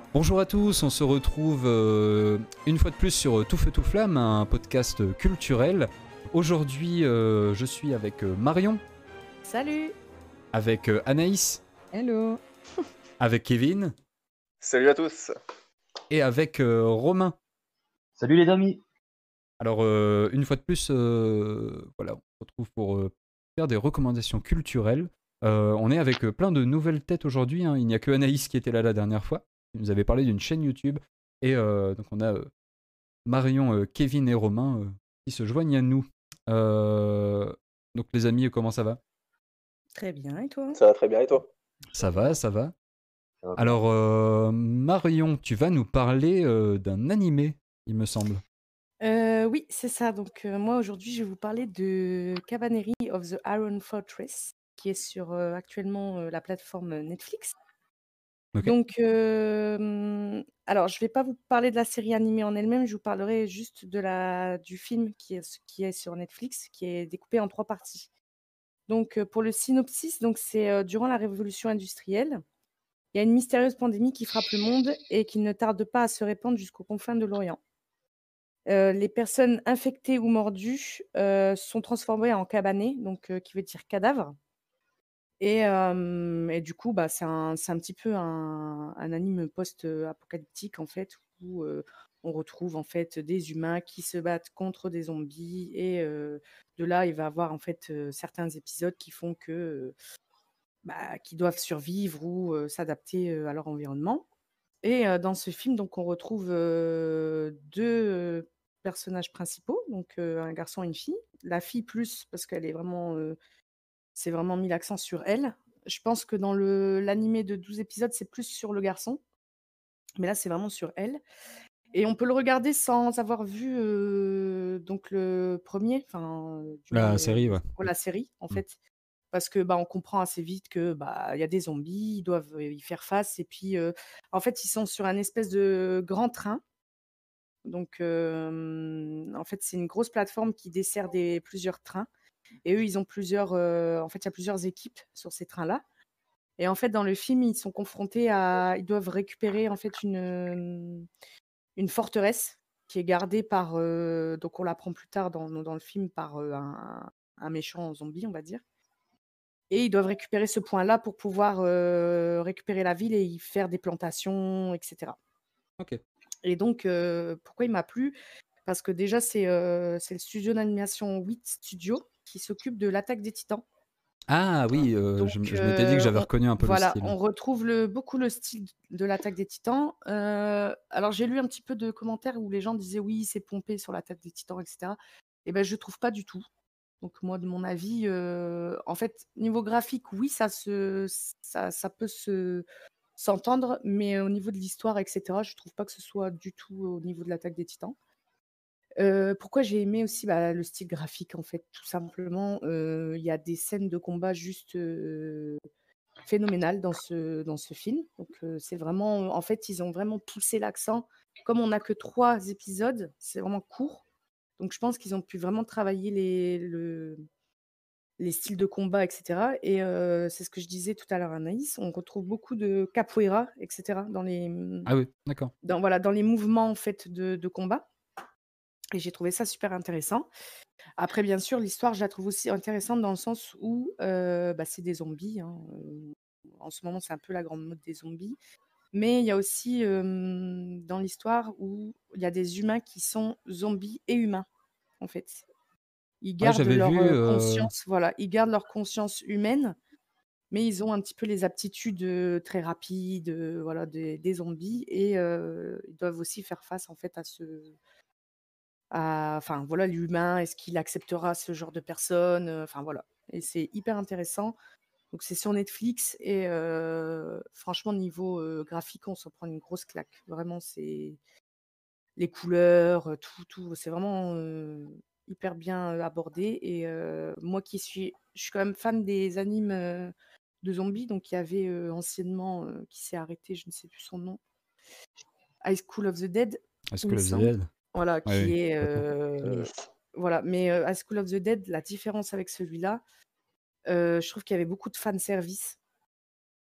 Bonjour à tous, on se retrouve une fois de plus sur Tout Feu Tout Flamme, un podcast culturel. Aujourd'hui, je suis avec Marion, Salut! avec Anaïs, Hello! avec Kevin Salut à tous. et avec Romain. Salut les amis. Alors, une fois de plus, voilà, on se retrouve pour faire des recommandations culturelles. On est avec plein de nouvelles têtes aujourd'hui, hein. Il n'y a que Anaïs qui était là la dernière fois. Il nous avait parlé d'une chaîne YouTube. Et donc, on a Marion, Kevin et Romain qui se joignent à nous. Donc, les amis, comment ça va? Très bien, et toi? Ça va très bien et toi? Ça va, ça va. Ça va bien. Alors, Marion, tu vas nous parler d'un animé, il me semble. Oui, c'est ça. Donc, moi, aujourd'hui, je vais vous parler de Cavalry of the Iron Fortress, qui est sur actuellement la plateforme Netflix. Ok. Donc, alors, je ne vais pas vous parler de la série animée en elle-même, je vous parlerai juste du film qui est sur Netflix, qui est découpé en 3 parties. Donc, pour le synopsis, donc c'est durant la révolution industrielle, il y a une mystérieuse pandémie qui frappe le monde et qui ne tarde pas à se répandre jusqu'aux confins de l'Orient. Les personnes infectées ou mordues sont transformées en cabanés, donc qui veut dire cadavre. Et du coup, c'est un petit peu un anime post-apocalyptique en fait, où on retrouve en fait des humains qui se battent contre des zombies. Et de là, il va y avoir en fait certains épisodes qui font que qu'ils doivent survivre ou s'adapter à leur environnement. Et dans ce film, donc, on retrouve 2 personnages principaux, donc un garçon et une fille. La fille plus parce qu'elle est vraiment, c'est vraiment mis l'accent sur elle. Je pense que dans l'animé de 12 épisodes, c'est plus sur le garçon, mais là, c'est vraiment sur elle. Et on peut le regarder sans avoir vu, donc le premier, enfin, du moins La série, ouais. la série, en Mm. fait. Parce que, on comprend assez vite que, il y a des zombies, ils doivent y faire face. Et puis, en fait, ils sont sur un espèce de grand train. Donc, en fait, c'est une grosse plateforme qui dessert plusieurs trains. Et eux, ils ont en fait, il y a plusieurs équipes sur ces trains-là. Et en fait, dans le film, ils sont confrontés ils doivent récupérer en fait une forteresse qui est gardée par, donc on l'apprend plus tard dans le film, par un méchant zombie, on va dire. Et ils doivent récupérer ce point-là pour pouvoir récupérer la ville et y faire des plantations, etc. Ok. Et donc, pourquoi il m'a plu? Parce que déjà, c'est le studio d'animation 8 Studio qui s'occupe de l'Attaque des Titans. Ah oui, Donc, je m'étais dit que j'avais reconnu un peu le voilà, style. on retrouve beaucoup le style de l'Attaque des Titans. Alors, j'ai lu un petit peu de commentaires où les gens disaient oui, c'est pompé sur l'Attaque des Titans, etc. Et ben, je trouve pas du tout. Donc moi, de mon avis, en fait, niveau graphique, oui, ça peut s'entendre, mais au niveau de l'histoire, etc., je trouve pas que ce soit du tout au niveau de l'Attaque des Titans. Pourquoi j'ai aimé aussi le style graphique, en fait, tout simplement. Il y a des scènes de combat juste phénoménales dans ce film. Donc c'est vraiment, en fait, ils ont vraiment poussé l'accent. Comme on n'a que 3 épisodes, c'est vraiment court. Donc je pense qu'ils ont pu vraiment travailler les styles de combat, etc. Et c'est ce que je disais tout à l'heure, Anaïs, on retrouve beaucoup de capoeira, etc. Ah oui, d'accord. Dans les mouvements en fait de combat. Et j'ai trouvé ça super intéressant. Après, bien sûr, l'histoire, je la trouve aussi intéressante dans le sens où c'est des zombies, hein. En ce moment, c'est un peu la grande mode des zombies. Mais il y a aussi dans l'histoire où il y a des humains qui sont zombies et humains, en fait. Ils Ouais, gardent j'avais leur vu. conscience, voilà, ils gardent leur conscience humaine, mais ils ont un petit peu les aptitudes très rapides, voilà, des zombies. Et ils doivent aussi faire face, en fait, enfin voilà, l'humain. Est-ce qu'il acceptera ce genre de personnes? Enfin voilà. Et c'est hyper intéressant. Donc c'est sur Netflix et franchement, niveau graphique, on s'en prend une grosse claque. Vraiment, c'est les couleurs, tout, c'est vraiment hyper bien abordé. Et moi je suis quand même fan des animes de zombies. Donc il y avait anciennement, qui s'est arrêté, je ne sais plus son nom, High School of the Dead, Est-ce il que me la semble. ZL? Voilà, Ouais, qui oui, est complètement. Yes. voilà. Mais High School of the Dead, la différence avec celui-là, je trouve qu'il y avait beaucoup de fanservice.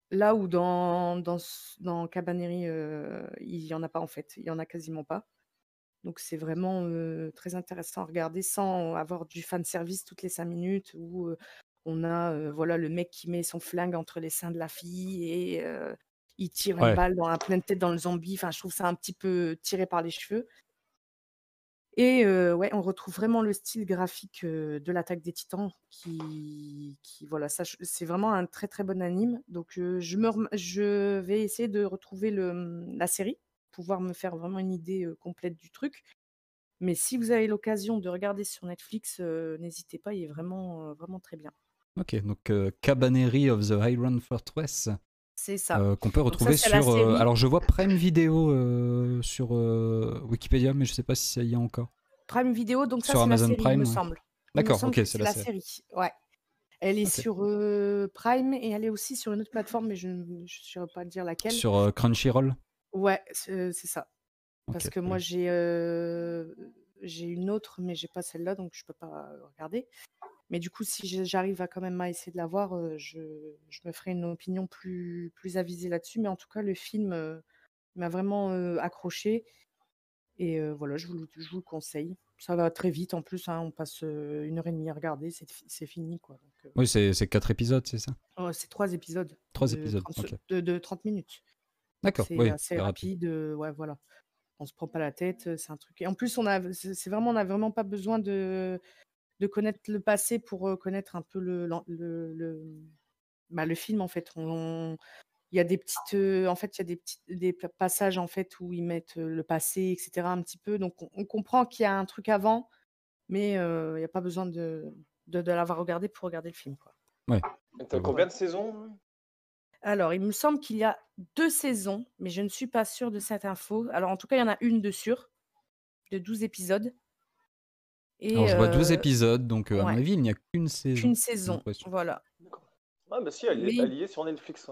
Là où dans Cabaneri, il y en a pas en fait, il y en a quasiment pas. Donc c'est vraiment, très intéressant à regarder sans avoir du fan service toutes les 5 minutes où, on a, voilà le mec qui met son flingue entre les seins de la fille et il tire une Ouais. balle dans la pleine tête dans le zombie. Enfin, je trouve ça un petit peu tiré par les cheveux et ouais, on retrouve vraiment le style graphique, de l'Attaque des Titans qui voilà, ça c'est vraiment un très, très bon anime. Donc je vais essayer de retrouver la série, pouvoir me faire vraiment une idée, complète du truc. Mais si vous avez l'occasion de regarder sur Netflix, n'hésitez pas, il est vraiment, vraiment très bien. Ok, donc Cabaneri of the Iron Fortress, C'est ça. qu'on peut Donc ça, retrouver c'est la sur... série. alors je vois Prime Video sur Wikipédia, mais je sais pas si ça y est encore. Prime Video, donc ça, Sur c'est la Amazon série, il me Prime, ouais. semble. Il me D'accord, semble ok, que c'est c'est la la série. série, ouais. Elle est Ok. sur, Prime et elle est aussi sur une autre plateforme, mais je ne saurais pas dire laquelle. Sur Crunchyroll. Ouais, c'est ça. Parce Ok, que très moi, bien. j'ai une autre, mais j'ai pas celle-là, donc je peux pas regarder. Mais du coup, si j'arrive à quand même à essayer de la voir, je me ferai une opinion plus avisée là-dessus. Mais en tout cas, le film, m'a vraiment, accrochée et voilà, je vous le conseille. Ça va très vite en plus, hein, on passe, 1 heure et demie à regarder, c'est fini quoi, donc Oui, c'est 4 épisodes, c'est ça? c'est 3 épisodes 3 de épisodes, 30 ok. de 30 minutes. Donc D'accord, c'est oui, assez c'est rapide. rapide, ouais, voilà. On se prend pas la tête, c'est un truc et en plus c'est vraiment on a vraiment pas besoin de connaître le passé pour, connaître un peu le film en fait. Il y a des petites, en fait, il y a des passages en fait où ils mettent, le passé et cetera un petit peu, donc on comprend qu'il y a un truc avant, mais il y a pas besoin de l'avoir regardé pour regarder le film, quoi. Ouais, Et je t'as vois. combien de saisons? Alors, il me semble qu'il y a 2 saisons, mais je ne suis pas sûre de cette info. Alors en tout cas, il y en a une de sûre, de 12 épisodes Alors et je vois 12 épisodes, donc à mon ouais, avis, il n'y a qu'une saison, qu'une j'ai saison, l'impression. voilà. D'accord. Ah bah si, elle Mais y est sur Netflix.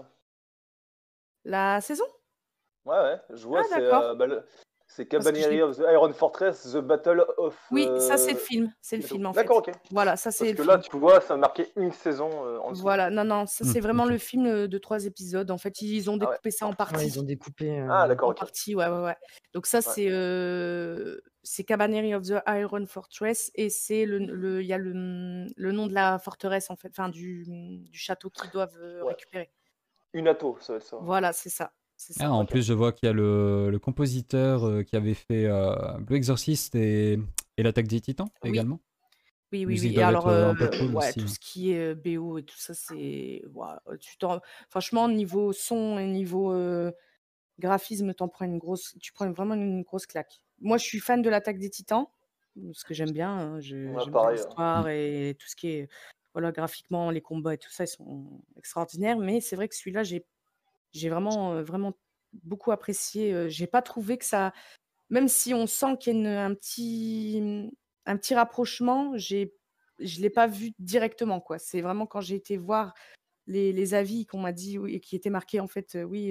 la saison? Ouais, je vois, Ah d'accord, c'est parce que je Cabaneri l'ai of the Iron Fortress, The Battle of... oui, ça c'est le film en D'accord, fait. ok. Voilà, ça c'est Parce le que là, film. tu vois, ça a marqué une saison en dessous. Voilà, non, ça c'est vraiment Ok. le film, de 3 épisodes. En fait, ils ont Ah ouais, découpé ça en Ouais, ils ont parties. découpé. ah d'accord, En ok. parties, ouais. Donc ça, Ouais. c'est Cabaneri of the Iron Fortress et c'est il y a le nom de la forteresse en fait, enfin du château qu'ils doivent, Ouais. récupérer. Unato, ça va être ça. Voilà, c'est ça, Ah, en Ok. plus, je vois qu'il y a le compositeur qui avait fait Blue Exorcist et l'Attaque des Titans Oui. également. Oui Les musiques et doivent alors, être un peu cool ouais, aussi. tout Ouais. ce qui est, BO et tout ça, c'est waouh, franchement niveau son et niveau, graphisme, tu prends vraiment une grosse claque. Moi, je suis fan de l'Attaque des Titans, parce que j'aime bien, hein, Ouais, j'aime bien pareil. Mm. l'histoire et tout ce qui est voilà, graphiquement, les combats et tout ça, ils sont extraordinaires. Mais c'est vrai que celui-là, j'ai vraiment, vraiment beaucoup apprécié, j'ai pas trouvé que ça même si on sent qu'il y a un petit rapprochement, je l'ai pas vu directement, quoi. C'est vraiment quand j'ai été voir les avis qu'on m'a dit oui et qui étaient marqués en fait, oui,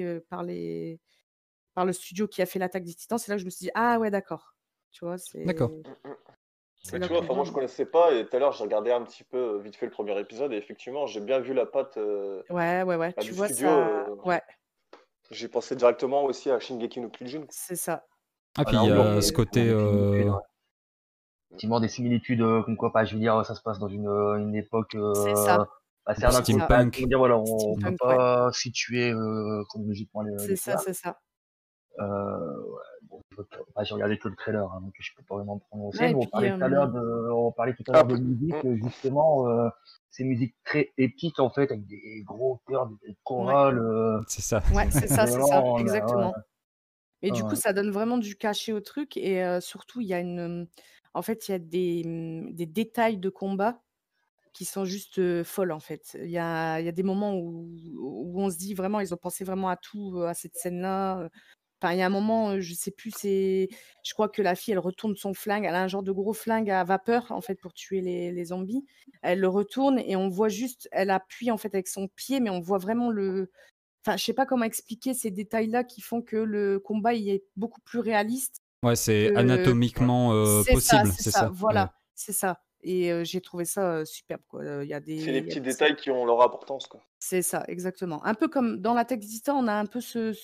par le studio qui a fait l'Attaque des Titans, c'est là que je me suis dit: «Ah ouais, d'accord». Tu vois? D'accord. C'est Bah, là tu vois, qu'on enfin, moi, je voit connaissais pas, et tout à l'heure, j'ai regardé un petit peu vite fait le premier épisode, et effectivement, j'ai bien vu la patte ouais, tu du vois studio. ça ouais, J'ai pensé directement aussi à Shingeki no Kyojin. c'est ça Ah, puis Voilà, il y oui, a et ce il y a côté. des similitudes, ouais. Effectivement, des similitudes, comme quoi, pas, je veux dire, ça se passe dans une époque c'est ça, Un assez peu c'est ça. comment steampunk. dire, voilà, on peut Steampunk, ouais. pas situer chronologiquement l'histoire. C'est ça. Ouais, bon, j'ai regardé que le trailer, hein, donc je peux pas vraiment me prononcer. Ouais Mais et puis, on parlait tout à Ah, l'heure de musique, justement, ces musiques très épiques en fait, avec des gros chœurs, des ouais, chorales. C'est ça. ouais, c'est ça, Vraiment, exactement. Et du coup, ouais. ça donne vraiment du cachet au truc et surtout, il y a en fait, il y a des détails de combat qui sont juste, folles, en fait. Il y a des moments où on se dit vraiment, ils ont pensé vraiment à tout, à cette scène-là, Enfin, il y a un moment, je sais plus, je crois que la fille, elle retourne son flingue, elle a un genre de gros flingue à vapeur, en fait, pour tuer les zombies. Elle le retourne et on voit juste elle appuie, en fait, avec son pied, mais on voit vraiment enfin, je sais pas comment expliquer ces détails-là qui font que le combat, il est beaucoup plus réaliste Ouais, c'est que anatomiquement c'est possible, c'est ça, ça. Ouais. voilà, c'est ça et j'ai trouvé ça superbe, quoi. Il y a C'est les il y a petits des scènes. détails qui ont leur importance, quoi. C'est ça, exactement. Un peu comme dans l'Attaque des Titans, on a un peu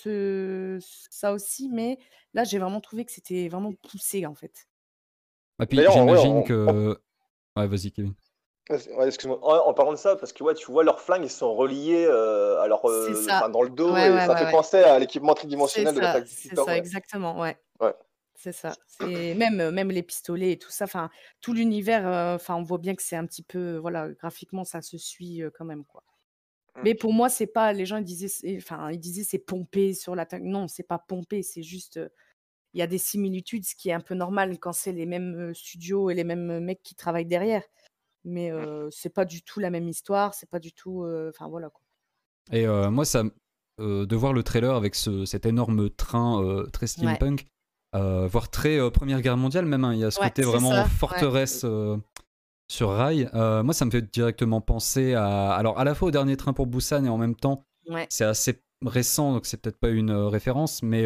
ça aussi, mais là, j'ai vraiment trouvé que c'était vraiment poussé, en fait. Ah, puis D'ailleurs, ouais, j'imagine que. Ouais, vas-y, Kevin. ouais, excuse-moi. En parlant de ça, parce que ouais, tu vois leurs flingues, ils sont reliés C'est ça. dans le dos Ouais, et ouais, ça ouais, fait ouais. penser à l'équipement C'est tridimensionnel de ça, l'attaque des c'est Titans. ça, Ouais. exactement, ouais. Ouais. C'est ça. C'est même les pistolets et tout ça, enfin, tout l'univers, enfin, on voit bien que c'est un petit peu, voilà, graphiquement, ça se suit, quand même, quoi. Mm. Mais pour moi, c'est pas les gens, ils disaient: «C'est pompé sur l'attaque». Non, c'est pas pompé, c'est juste, il y a des similitudes, ce qui est un peu normal quand c'est les mêmes, studios et les mêmes, mecs qui travaillent derrière. Mais, c'est pas du tout la même histoire, c'est pas du tout, enfin, voilà, quoi. Et moi, de voir le trailer avec cet énorme train très Ouais. steampunk, voire très Première Guerre mondiale même, hein, il y a ce Ouais, côté c'est vraiment ça, ouais. forteresse sur rail. Moi, ça me fait directement penser alors à la fois au dernier train pour Busan et en même temps, Ouais. c'est assez récent, donc c'est peut-être pas une référence, mais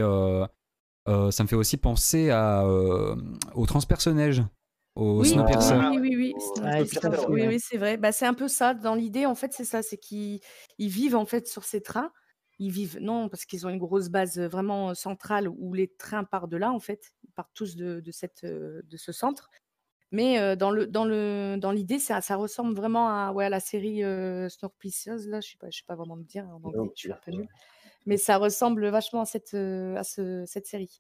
ça me fait aussi penser au transpersonnage, au Oui, Snowpiercer. oui, Ouais, c'est c'est ça, ça aussi, oui, ouais. oui, c'est vrai. Bah, c'est un peu ça. Dans l'idée, en fait, c'est ça, c'est qu'ils vivent, en fait, sur ces trains. Ils vivent non, parce qu'ils ont une grosse base, vraiment, centrale où les trains partent de là, en fait. Ils partent tous de ce centre. Mais, dans l'idée, ça ressemble vraiment à la série, Snowpiercer, là, je sais pas vraiment me dire en anglais, je suis un peu nulle. Mais ça ressemble vachement à cette série.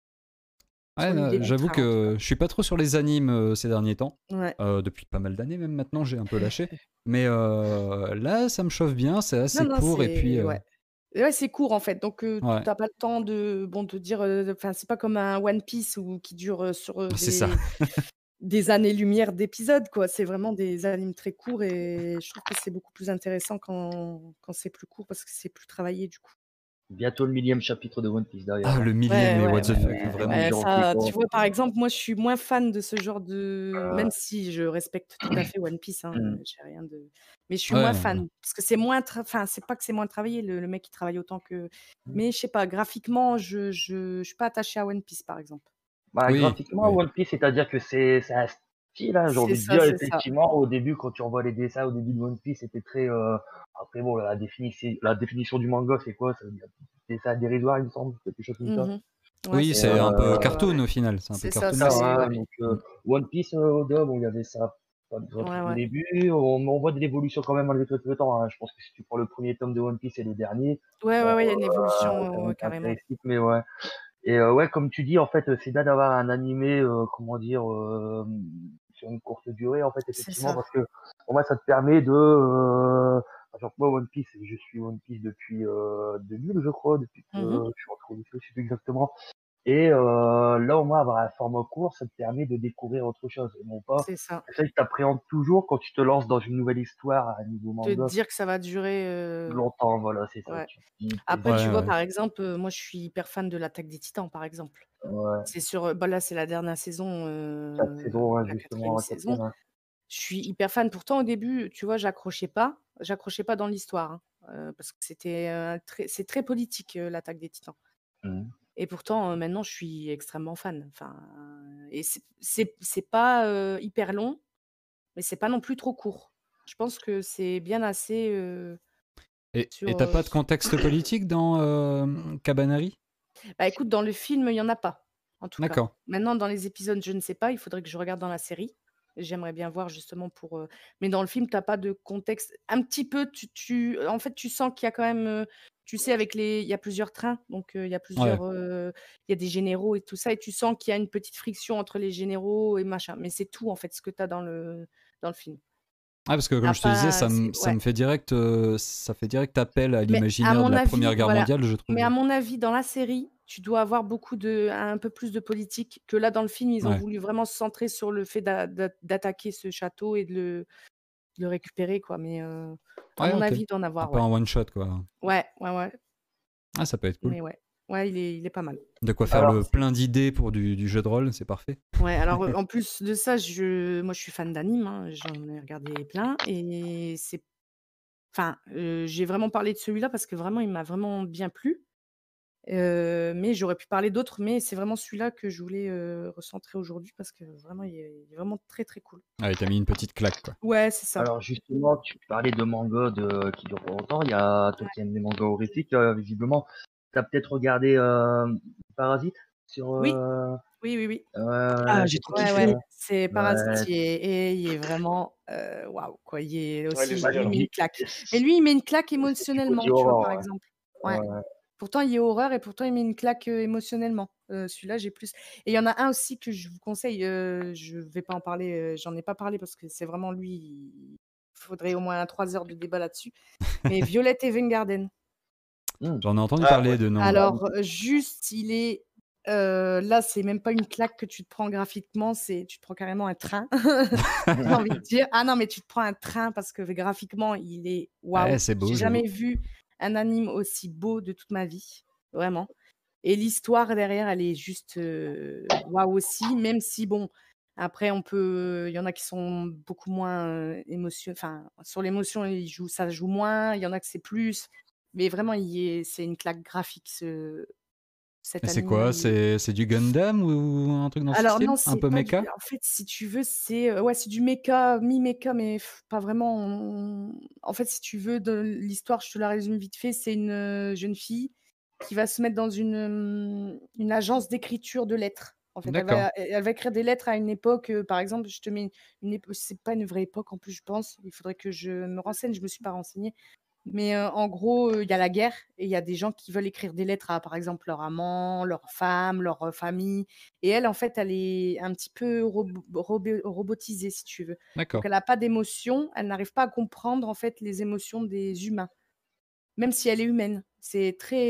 Ouais, Sur l'idée du j'avoue train, en tout cas. que je suis pas trop sur les animes ces derniers temps. Ouais. Depuis pas mal d'années même maintenant, j'ai un peu lâché. Mais là, ça me chauffe bien, c'est Non, assez non, court et puis c'est ouais. Ouais, c'est court, en fait, donc tu ouais, pas le temps de dire, enfin, c'est pas comme un One Piece qui dure, sur, c'est ça. des années-lumière d'épisodes, quoi. C'est vraiment des animes très courts et je trouve que c'est beaucoup plus intéressant quand c'est plus court parce que c'est plus travaillé, du coup. Bientôt le 1000e chapitre de One Piece derrière, Ah, hein. le millième, Ouais, mais what ouais, the ouais, fuck, ouais, vraiment. ouais, J'en suis ça, tu con. vois, par exemple, moi, je suis moins fan de ce genre de même si je respecte tout à fait One Piece, hein, Mmh. j'ai rien de mais je suis Ouais, moins non, voilà. fan parce que c'est moins enfin, c'est pas que c'est moins travaillé, le mec, il travaille autant que Mmh. mais je sais pas, graphiquement, je suis pas attachée à One Piece, par exemple. Bah, Oui, graphiquement, oui. One Piece, c'est-à-dire que c'est un style, hein, j'ai envie de dire, C'est ça. effectivement, au début, quand tu revois les dessins au début de One Piece, c'était très, après bon, la définition du manga, c'est quoi? Ça veut dire dessin dérisoire, il me semble, quelque chose comme ça. Mmh. Ouais, Oui, c'est Et c'est ça. un peu Ouais, ouais, ouais. cartoon au final, c'est un peu C'est ça, ça, cartoonesque. c'est hein, ouais. donc Mm. One Piece, au-delà, bon, il y avait ça, pas de trucs Ouais, au ouais. début, on voit de l'évolution quand même malgré tout le temps, hein. Je pense que si tu prends le premier tome de One Piece et le dernier, Ouais, ouais, bon, ouais, il y a une ça évolution, monte un carrément. rythme, mais ouais. Et ouais, comme tu dis, en fait, c'est bien d'avoir un animé, comment dire, sur une courte durée, en fait, C'est effectivement, ça. parce que pour moi, ça te permet de, par exemple, moi, One Piece, je suis One Piece depuis 2000, je crois, depuis que Mmh. je suis rentré au lycée, je sais plus exactement. Et là, au moins, avoir un format court, ça te permet de découvrir autre chose, et non pas, C'est ça. c'est ça que t'appréhendes toujours quand tu te lances dans une nouvelle histoire à un niveau Te manga dire que ça va durer, longtemps, voilà, c'est ça. ouais. Tu te dis, Après, tu Ouais, vois, ouais. par exemple, moi, je suis hyper fan de l'Attaque des Titans, par exemple. ouais, C'est sur, bah, là, c'est la dernière saison, 4 saisons, ouais, la justement, 4e la saison. quatrième, hein. Je suis hyper fan. Pourtant, au début, tu vois, j'accrochais pas dans l'histoire, hein, parce que c'est très politique, l'Attaque des Titans Mhm. et pourtant, maintenant, je suis extrêmement fan. Enfin, et c'est pas, hyper long, mais c'est pas non plus trop court. Je pense que c'est bien assez, Et sur, t'as pas de contexte politique dans Cabanari? bah, écoute, dans le film, il y en a pas, en tout cas. D'accord. Maintenant, dans les épisodes, je ne sais pas, il faudrait que je regarde dans la série. J'aimerais bien voir justement mais dans le film, tu as pas de contexte. Un petit peu, en fait, tu sens qu'il y a quand même, tu sais, il y a plusieurs trains, donc il y a Ouais. il y a des généraux et tout ça et tu sens qu'il y a une petite friction entre les généraux et machin, mais c'est tout, en fait, ce que tu as dans le film. Ah, parce que Tu comme as je te disais, pas c'est ça ouais. me fait direct, ça fait direct appel à Mais à l'imaginaire de mon la Première avis, Guerre voilà, mondiale, je mais à trouve. mon avis, dans la série, tu dois avoir un peu plus de politique que là, dans le film, ils ont Ouais. voulu vraiment se centrer sur le fait d'attaquer ce château et de le récupérer, quoi, mais à Ouais, mon ok. avis, d'en Un avoir, peu ouais. un one shot, quoi. Ouais, ouais, ouais, Ah, ça peut être cool. mais ouais. Ouais, il est pas mal. De quoi faire Alors, le plein d'idées pour du jeu de rôle, c'est parfait. Ouais, alors, en plus de ça, moi, je suis fan d'animes, hein, j'en ai regardé plein et j'ai vraiment parlé de celui-là parce que vraiment, il m'a vraiment bien plu. Mais j'aurais pu parler d'autres, mais c'est vraiment celui-là que je voulais recentrer aujourd'hui parce que vraiment, il est vraiment très très cool. Ah, il t'a mis une petite claque, quoi. Ouais, c'est ça. Alors justement, tu parlais de mangas qui durent longtemps. Il y a toi qui aimes les mangas horrifiques, visiblement. T'as peut-être regardé Parasite sur. Oui, oui, oui, oui. Ah, j'ai trop Ouais, kiffé. ouais, c'est Parasite, Ouais. il est vraiment waouh, quoi. Il est Ouais, il est aussi, génial. lui, il met Lui, une claque. Mais lui, il met une claque c'est du émotionnellement, côté tu vois, par horreur, ouais. exemple. Ouais. Ouais. Pourtant, il est horreur et pourtant, il met une claque émotionnellement. Celui-là, j'ai plus. Et il y en a un aussi que je vous conseille. Je vais pas en parler. J'en ai pas parlé parce que c'est vraiment lui. Il faudrait au moins 3 heures de débat là-dessus. Mais Violet Evergarden. J'en ai entendu Ah, parler ouais. de nom. Alors, juste, il est. Là, c'est même pas une claque que tu te prends graphiquement, tu te prends carrément un train. J'ai envie de dire. Ah non, mais tu te prends un train parce que graphiquement, il est waouh. Ouais, c'est beau, J'ai j'avoue. jamais vu un anime aussi beau de toute ma vie, vraiment. Et l'histoire derrière, elle est juste waouh aussi, même si bon, après il y en a qui sont beaucoup moins enfin sur l'émotion, ça joue moins, il y en a que c'est plus, mais vraiment c'est une claque graphique cet Et c'est anime-là. quoi? C'est du Gundam ou un truc dans ce Alors style? non, Un c'est peu pas mecha? en fait, si tu veux, c'est du méca, mi-méca, mais pas vraiment. En fait, si tu veux, de l'histoire, je te la résume vite fait. C'est une jeune fille qui va se mettre dans une agence d'écriture de lettres. En fait, D'accord. elle va écrire des lettres à une époque. Par exemple, je te mets c'est pas une vraie époque en plus, je pense. Il faudrait que je me renseigne. Je me suis pas renseignée. Mais en gros, il y a la guerre et il y a des gens qui veulent écrire des lettres à, par exemple, leur amant, leur femme, leur famille. Et elle, en fait, elle est un petit peu robotisée, si tu veux. D'accord. Donc, elle n'a pas d'émotion. Elle n'arrive pas à comprendre, en fait, les émotions des humains, même si elle est humaine. C'est très.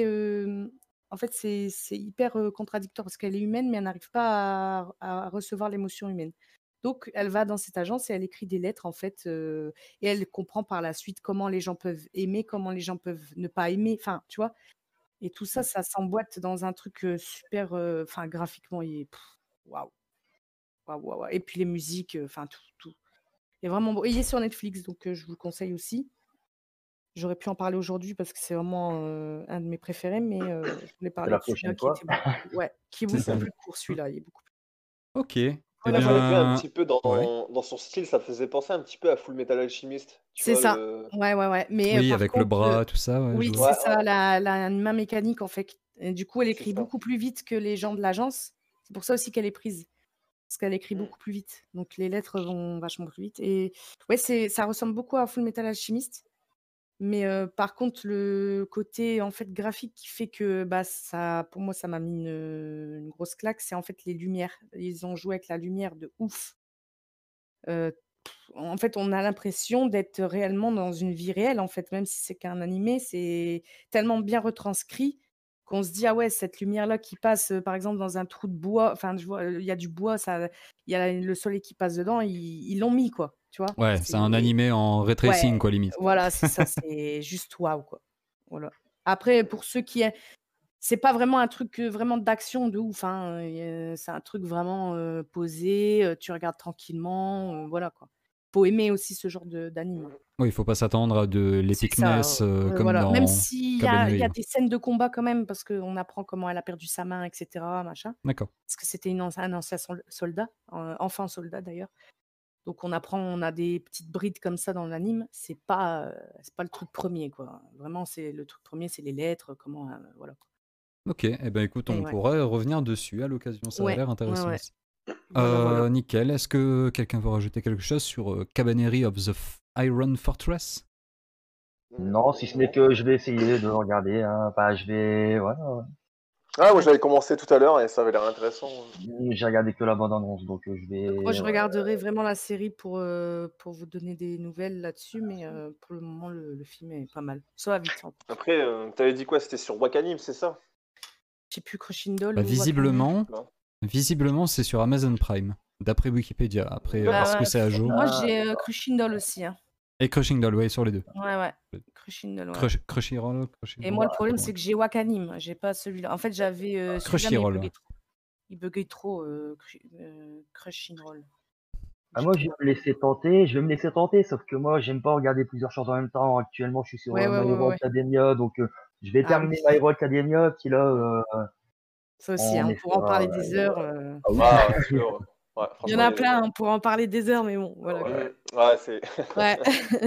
En fait, c'est hyper contradictoire parce qu'elle est humaine, mais elle n'arrive pas à recevoir l'émotion humaine. Donc, elle va dans cette agence et elle écrit des lettres, en fait, et elle comprend par la suite comment les gens peuvent aimer, comment les gens peuvent ne pas aimer, enfin, tu vois. Et tout ça, ça s'emboîte dans un truc super, enfin, graphiquement, il est waouh, waouh, waouh, waouh. Et puis les musiques, enfin, tout, tout. Il est vraiment beau. Et il est sur Netflix, donc je vous le conseille aussi. J'aurais pu en parler aujourd'hui parce que c'est vraiment un de mes préférés, mais je voulais C'est parler la de celui-là prochaine qui fois. était qui est C'est beaucoup ça. plus court, celui-là. Il est beaucoup plus. Ok. Eh Moi, Voilà, je l'ai voilà. vu un bien, petit peu ouais. dans son style, ça faisait penser un petit peu à Full Metal Alchemist. Tu C'est vois, ça. Ouais, ouais, ouais. Mais Oui, par avec le contre, bras, tout ça, ouais, je oui, vois. c'est Ouais, ça, ouais, la main mécanique, en fait. Et du coup, elle c'est écrit ça. beaucoup plus vite que les gens de l'agence. C'est pour ça aussi qu'elle est prise. Parce qu'elle écrit Mm. beaucoup plus vite. Donc les lettres vont vachement plus vite. Et ouais, ça ressemble beaucoup à Full Metal Alchemist. Mais par contre, le côté en fait graphique qui fait que bah, ça, pour moi, ça m'a mis une grosse claque, c'est en fait les lumières. Ils ont joué avec la lumière de ouf. Heu, En fait, on a l'impression d'être réellement dans une vie réelle, en fait, même si c'est qu'un animé, c'est tellement bien retranscrit qu'on se dit: «Ah ouais, cette lumière-là qui passe, par exemple, dans un trou de bois», enfin, je vois, il y a du bois, il y a le soleil qui passe dedans, ils l'ont mis, quoi, tu vois? Ouais, c'est un animé en ray tracing, Ouais, quoi, limite. voilà, c'est ça, c'est juste waouh, quoi. Voilà. Après, pour ceux qui a c'est pas vraiment un truc, vraiment d'action de ouf, hein, c'est un truc vraiment, posé, tu regardes tranquillement, voilà, quoi. Faut aimer aussi ce genre d'anime. Oui, il faut pas s'attendre à de C'est ça, l'epicness comme voilà. Même dans s'il y Kabaneri, a quoi. des scènes de combat quand même, parce qu'on apprend comment elle a perdu sa main et cetera, machin. D'accord. Parce que c'était un ancien soldat, enfant soldat d'ailleurs. Donc on a des petites brides comme ça dans l'anime. C'est pas le truc premier, quoi. Vraiment, c'est le truc premier, c'est les lettres, comment, voilà, quoi. Ok, eh ben écoute, Et on ouais. pourrait revenir dessus à l'occasion, ça a Ouais, l'air ouais, intéressant ouais. aussi. Voilà, voilà. Nickel, est-ce que quelqu'un veut rajouter quelque chose sur Cabaneri of the Iron Fortress? Non, si ce n'est que je vais essayer de le regarder. Hein. Enfin, je vais. Voilà. Ah, moi Ouais. j'avais commencé tout à l'heure et ça avait l'air intéressant. J'ai regardé que la bande-annonce, donc je Donc moi, vais. je Ouais. regarderai vraiment la série pour vous donner des nouvelles là-dessus, mais pour le moment, le film est pas mal. Ça va vite, en plus. Après, t'avais dit quoi? C'était sur Wakanim, c'est ça? Je sais plus, Crushing Doll Bah, ou Wakanim. Non. visiblement, c'est sur Amazon Prime, d'après Wikipédia. Après, D'accord. est-ce Bah que ouais, c'est à jour? moi, Ah, j'ai Crushing Doll aussi, hein. Et Crushing Doll, ouais, sur les deux. Ouais, ouais. Crushing Doll, ouais. Crunchyroll, Et moi, le problème, ouais. c'est que j'ai Wakanim. J'ai pas celui-là. En fait, j'avais celui-là, mais il Crunchyroll, buguait ouais. trop. Il buguait trop, Crushing Roll. moi, je vais me laisser tenter. Je vais me laisser tenter, sauf que moi, j'aime pas regarder plusieurs choses en même temps. Actuellement, je suis sur Ouais, ouais, My ouais, Hero ouais. Academia, donc Je vais Ah terminer oui, My Hero Academia, qui là, ça aussi, on on est pourra en sur parler des heures. ah oui, Ah, ouais, celui-là, ouais, Il y en franchement, a plein, on pourra en parler des heures, mais bon, voilà quoi. Ouais, c'est. Ouais.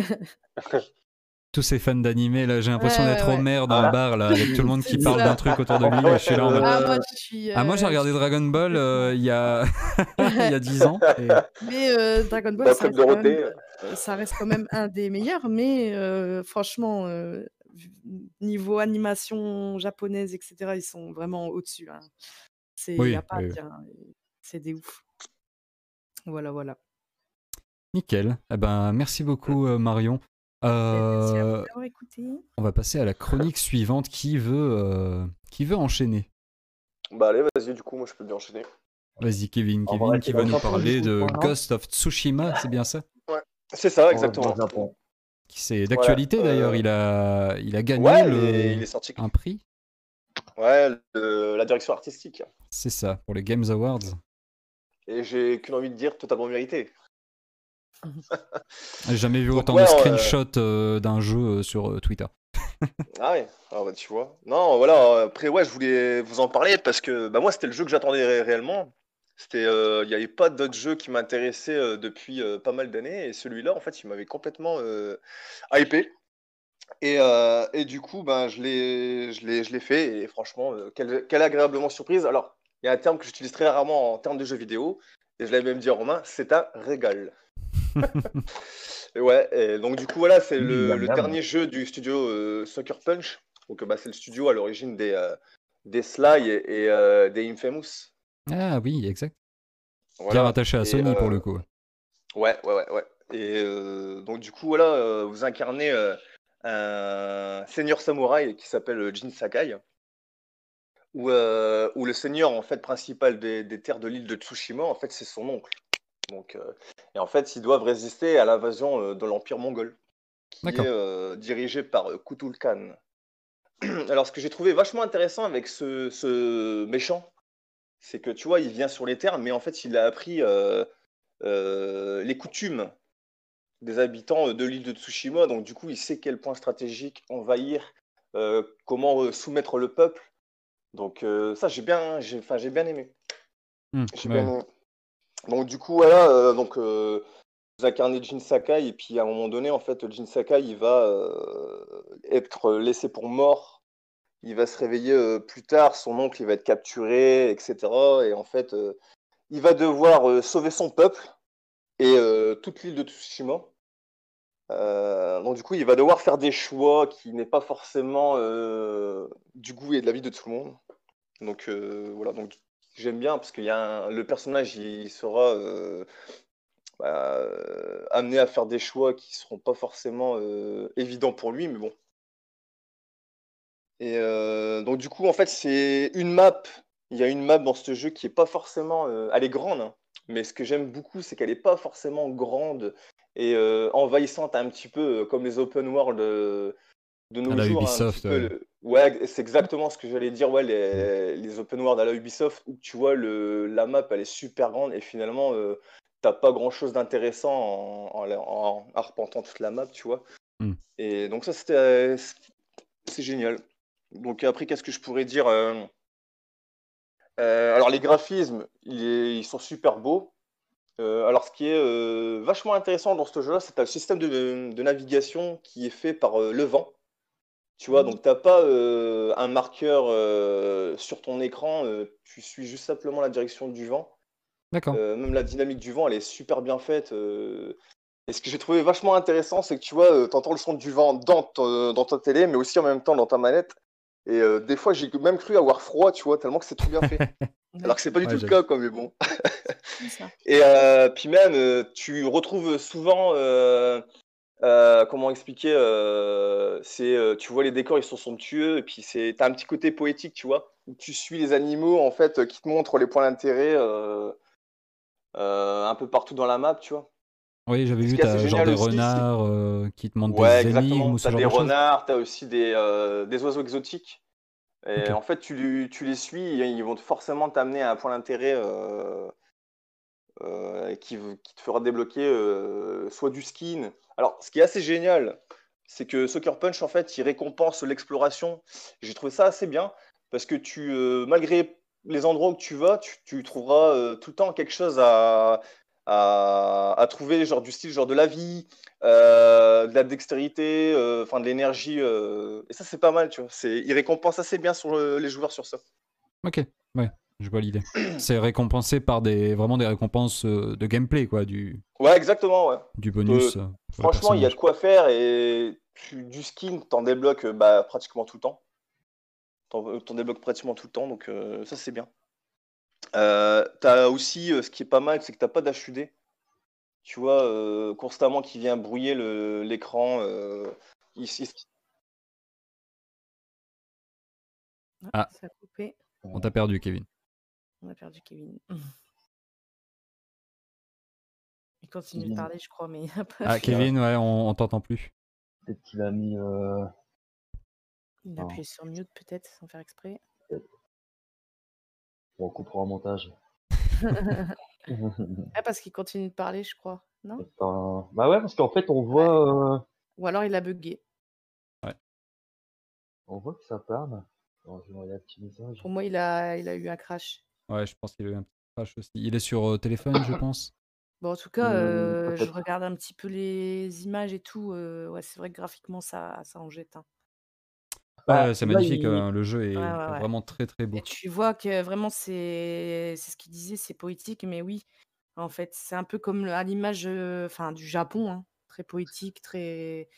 Tous ces fans d'animé, là, j'ai l'impression Ouais, d'être ouais. Homer dans le bar, là, avec tout le monde C'est qui parle d'un ça. truc autour de lui, Ouais, et je suis là en mode... Ah, moi, euh, je suis. Ah, moi, j'ai regardé Dragon Ball il y a... il y a 10 ans, et... Mais Dragon Ball, Dans Club Dorothée. ça reste quand même un des meilleurs, mais franchement, niveau animation japonaise, etc., ils sont vraiment au-dessus. Hein. Il n'y Oui, a pas à oui, oui. dire. Hein. C'est des ouf. Voilà, voilà. Nickel. Eh ben, merci beaucoup, Marion. Merci à vous Euh, d'avoir écouté. on va passer à la chronique suivante. Qui veut enchaîner? Bah, allez, vas-y, du coup, moi, je peux bien enchaîner. Vas-y, Kevin. On va Kevin rester qui dans va le nous Japon, parler du coup, de pour l'instant. Ghost of Tsushima, c'est bien ça? C'est ça, On reste dans exactement. le Japon. C'est Voilà. d'actualité d'ailleurs. Il a gagné Ouais, il est sorti. un prix. Ouais, la direction artistique. C'est ça, pour les Games Awards. Et j'ai qu'une envie de dire totalement mérité. J'ai jamais vu Donc, autant ouais, de screenshots d'un jeu sur Twitter. Ah ouais, ah bah, tu vois. Non, voilà, après, ouais, je voulais vous en parler parce que bah, moi, c'était le jeu que j'attendais réellement. Il n'y avait pas d'autres jeux qui m'intéressaient depuis pas mal d'années. Et celui-là, en fait, il m'avait complètement hypé. Et du coup, ben, je l'ai fait. Et franchement, quelle agréablement surprise. Alors, il y a un terme que j'utilise très rarement en termes de jeux vidéo. Et je l'avais même dit à Romain, c'est un régal. Et ouais, et donc du coup, voilà, c'est Oui, le miam. dernier jeu du studio Sucker Punch. Donc, bah, c'est le studio à l'origine des Sly et des Infamous. Ah oui, exact. Bien Voilà. rattaché à Et Sony pour le coup. ouais. Et donc, du coup, voilà, vous incarnez un seigneur samouraï qui s'appelle Jin Sakai, où le seigneur en fait principal des terres de l'île de Tsushima, en fait, c'est son oncle. Donc, et en fait, ils doivent résister à l'invasion de l'Empire mongol, qui est D'accord. dirigé par Kutul Khan. Alors, ce que j'ai trouvé vachement intéressant avec ce méchant, c'est que tu vois, il vient sur les terres, mais en fait, il a appris les coutumes des habitants de l'île de Tsushima. Donc, du coup, il sait quel point stratégique envahir, comment soumettre le peuple. Donc, ça, j'ai bien aimé. J'ai bien Ouais. aimé. Donc, du coup, voilà. Vous incarnez Jin Sakai, et puis à un moment donné, en fait, Jin Sakai, il va être laissé pour mort. Il va se réveiller plus tard, son oncle, il va être capturé, etc. Et en fait, il va devoir sauver son peuple et toute l'île de Tsushima. Donc du coup, il va devoir faire des choix qui n'est pas forcément du goût et de la vie de tout le monde. Donc voilà, donc j'aime bien parce qu'il y a le personnage, il sera amené à faire des choix qui seront pas forcément évidents pour lui, mais bon. Et donc du coup, en fait, c'est une map. Il y a une map dans ce jeu qui est pas forcément, elle est grande, hein, mais ce que j'aime beaucoup, c'est qu'elle est pas forcément grande et envahissante, un petit peu comme les open world de À nos la jours, hein, un petit Ubisoft. peu. Ouais, c'est exactement ce que j'allais dire. Ouais, les open world à la Ubisoft où tu vois la map, elle est super grande et finalement, t'as pas grand-chose d'intéressant en arpentant toute la map, tu vois. Hmm. Et donc ça, c'est génial. Donc après, qu'est-ce que je pourrais dire alors les graphismes, ils sont super beaux. Alors ce qui est vachement intéressant dans ce jeu-là, c'est que le système de navigation qui est fait par le vent. Tu vois, donc t'as pas un marqueur sur ton écran, tu suis juste simplement la direction du vent. D'accord. Même la dynamique du vent, elle est super bien faite. Et ce que j'ai trouvé vachement intéressant, c'est que tu vois, t'entends le son du vent dans ta télé, mais aussi en même temps dans ta manette. Et des fois, j'ai même cru avoir froid, tu vois, tellement que c'est trop bien fait. Alors que c'est pas du tout le cas, quoi, mais bon. C'est ça. Et puis même, tu retrouves souvent, comment expliquer, tu vois les décors, ils sont somptueux, et puis t'as un petit côté poétique, tu vois, où tu suis les animaux, en fait, qui te montrent les points d'intérêt un peu partout dans la map, tu vois. Oui, j'avais Et ce vu, qui est assez t'as genre génial des aussi, c'est... renards qui te montrent Ouais, des énigmes exactement. ou ce T'as genre des de choses. renards, t'as aussi des oiseaux exotiques. Et Ok. en fait, tu les suis, et ils vont forcément t'amener à un point d'intérêt qui te fera débloquer soit du skin. Alors, ce qui est assez génial, c'est que Sucker Punch, en fait, il récompense l'exploration. J'ai trouvé ça assez bien parce que malgré les endroits où tu vas, tu trouveras tout le temps quelque chose à trouver, genre du style, genre de la vie, de la dextérité, enfin de l'énergie. Et ça, c'est pas mal, tu vois. Il récompense assez bien sur les joueurs sur ça. Ok, ouais, je vois l'idée. C'est récompensé par vraiment des récompenses de gameplay, quoi, Ouais, exactement, ouais. du bonus pour le Franchement, il y a de personnage. quoi faire et du skin, t'en débloques pratiquement tout le temps. T'en débloques pratiquement tout le temps, donc ça, c'est bien. T'as aussi, ce qui est pas mal, c'est que t'as pas d'HUD. Tu vois, constamment qui vient brouiller l'écran. Ici. Ah. Ça a coupé. On t'a perdu, Kevin. On a perdu Kevin. Il continue de Kevin. parler, je crois, mais il a pas Ah, fait. Kevin, ouais, on t'entend plus. Peut-être qu'il a mis. Il a appuyé sur mute, peut-être, sans faire exprès. On coupera en montage. Ah, parce qu'il continue de parler, je crois. Non? Bah ouais, parce qu'en fait, on voit. Ou alors il a bugué. On voit que ça parle. Alors, je vais envoyer un petit message. Pour moi, il a eu un crash. Ouais, je pense qu'il a eu un petit crash aussi. Il est sur téléphone, je pense. Bon, en tout cas, je peut-être. regarde un petit peu les images et tout. Ouais, c'est vrai que graphiquement, ça en jette. Ouais, c'est là, magnifique, le jeu est Ouais. vraiment très très beau. Et tu vois que vraiment, c'est ce qu'il disait, c'est poétique, mais oui, en fait, c'est un peu comme à l'image du Japon, hein, très poétique, très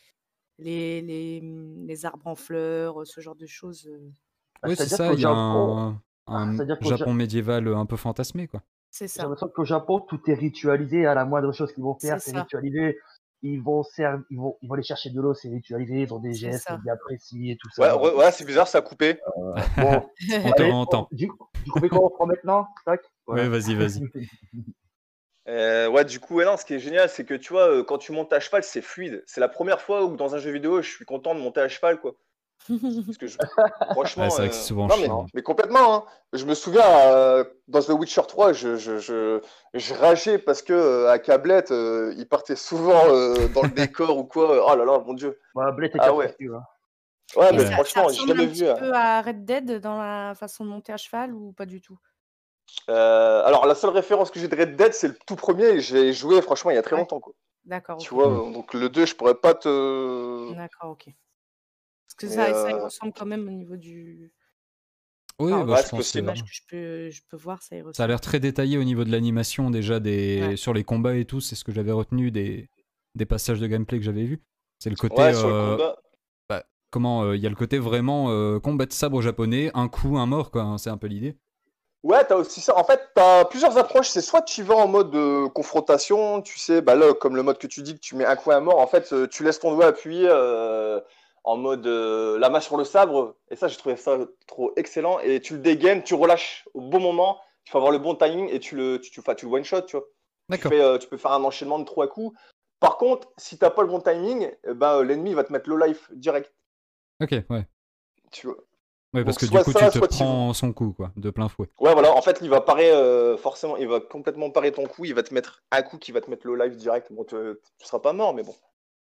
les arbres en fleurs, ce genre de choses. Oui, c'est c'est-à-dire ça, qu'au il y a Japon, un c'est-à-dire qu'au Japon médiéval un peu fantasmé, quoi. C'est j'ai ça, l'impression qu'au Japon, tout est ritualisé. À la moindre chose qu'ils vont faire, c'est c'est ça, ritualisé. Ils vont aller chercher de l'eau, c'est ritualisé. Ils ont des c'est gestes ça. bien précis et tout Ouais, ça. ouais, c'est bizarre, ça a coupé. Bon, On te allez, réentend. du coup, mais quoi, on prend maintenant? Tac. Ouais, Voilà. vas-y. Ouais, du coup, ouais, non, ce qui est génial, c'est que tu vois, quand tu montes à cheval, c'est fluide. C'est la première fois où dans un jeu vidéo, je suis content de monter à cheval, quoi. Parce que Ouais, franchement, c'est vrai que c'est souvent non, chiant. mais complètement, hein. Je me souviens, dans The Witcher 3, je rageais parce que à Cablette, il partait souvent dans le décor ou quoi. Oh là là, mon Dieu. Bah, Blade est Ah ouais. capricieux. Hein. Ouais, Et mais Ouais. ça franchement, j'ai ressemble jamais un vu. petit peu à Red Dead dans la façon de monter à cheval ou pas du tout? Alors, la seule référence que j'ai de Red Dead, c'est le tout premier. Et j'ai joué, franchement, il y a très Ouais. longtemps, quoi. D'accord, Tu ok. vois, donc le 2, je pourrais pas te. D'accord, ok. Parce que Mais, ça y ressemble quand même au niveau du. Oui, Enfin, bah, ouais, je c'est pense les possible. images que je peux voir, ça y ça a ressemble. l'air très détaillé au niveau de l'animation déjà Ouais. sur les combats et tout, c'est ce que j'avais retenu des passages de gameplay que j'avais vus. C'est le côté Ouais, sur le combat. il y a le côté vraiment combat de sabre japonais, un coup, un mort, quoi, hein, c'est un peu l'idée. Ouais, t'as aussi ça. En fait, t'as plusieurs approches. C'est soit tu vas en mode confrontation, tu sais, bah là, comme le mode que tu dis, que tu mets un coup à mort. En fait, tu laisses ton doigt appuyé en mode la main sur le sabre. Et ça, j'ai trouvé ça trop excellent. Et tu le dégaines, tu relâches au bon moment. Il faut avoir le bon timing et tu le one shot, tu vois. D'accord. Tu peux faire un enchaînement de 3 coups. Par contre, si t'as pas le bon timing, l'ennemi va te mettre low life direct. Ok, ouais. Tu vois. Ouais, parce Donc que du soit coup, ça, tu te soit tu vas. prends son coup, quoi, de plein fouet. Ouais, voilà, en fait, il va parer forcément, il va complètement parer ton coup, il va te mettre un coup qui va te mettre low life direct. Bon, tu seras pas mort, mais bon.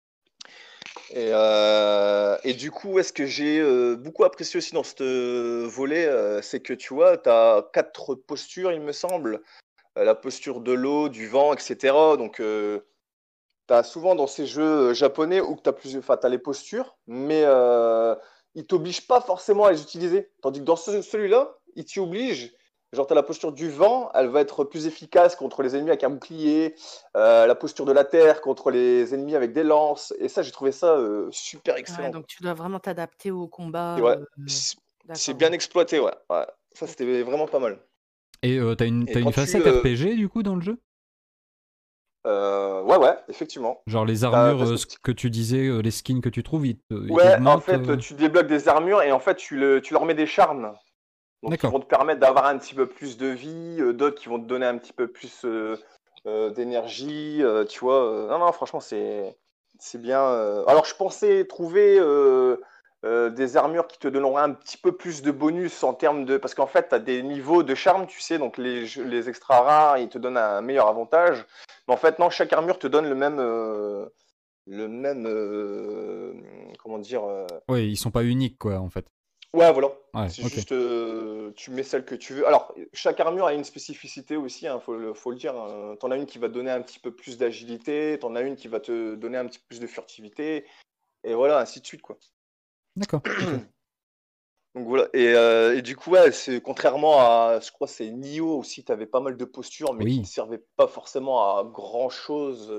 Et du coup, est-ce que j'ai beaucoup apprécié aussi dans ce volet, c'est que tu vois, tu as 4 postures, il me semble. La posture de l'eau, du vent, etc. Donc, tu as souvent dans ces jeux japonais où tu as les postures, mais ils t'obligent pas forcément à les utiliser. Tandis que dans celui-là, ils t'y obligent. Genre, tu as la posture du vent, elle va être plus efficace contre les ennemis avec un bouclier. La posture de la terre contre les ennemis avec des lances. Et ça, j'ai trouvé ça super Ouais, excellent, donc quoi. tu dois vraiment t'adapter au combat. Et ouais, c'est bien D'accord. exploité, ouais. Ouais. Ça, Ok. c'était vraiment pas mal. Et t'as Et une quand facette RPG, du coup, dans le jeu? ouais, effectivement. Genre les T'as armures, ce ce petit- que tu disais, les skins que tu trouves, ils Ouais, en t'augmentent fait, tu débloques des armures et en fait, tu leur mets des charmes. Donc, ils D'accord. vont te permettre d'avoir un petit peu plus de vie, d'autres qui vont te donner un petit peu plus d'énergie, tu vois. Non, franchement, c'est bien. Alors, je pensais trouver des armures qui te donneront un petit peu plus de bonus en termes de. Parce qu'en fait, tu as des niveaux de charme, tu sais, donc les extra rares, ils te donnent un meilleur avantage. Mais en fait, non, chaque armure te donne le même. le même, comment dire, Oui, ils sont pas uniques, quoi, en fait. ouais, voilà. Ouais, C'est ok. juste, tu mets celle que tu veux. Alors, chaque armure a une spécificité aussi, hein, faut le dire. Hein. T'en as une qui va te donner un petit peu plus d'agilité, t'en as une qui va te donner un petit peu plus de furtivité, et voilà, ainsi de suite, quoi. D'accord. Ok. Donc voilà. Et du coup, ouais, c'est contrairement à, je crois, que c'est Nioh aussi, t'avais pas mal de postures, mais qui ne Oui. servaient pas forcément à grand chose.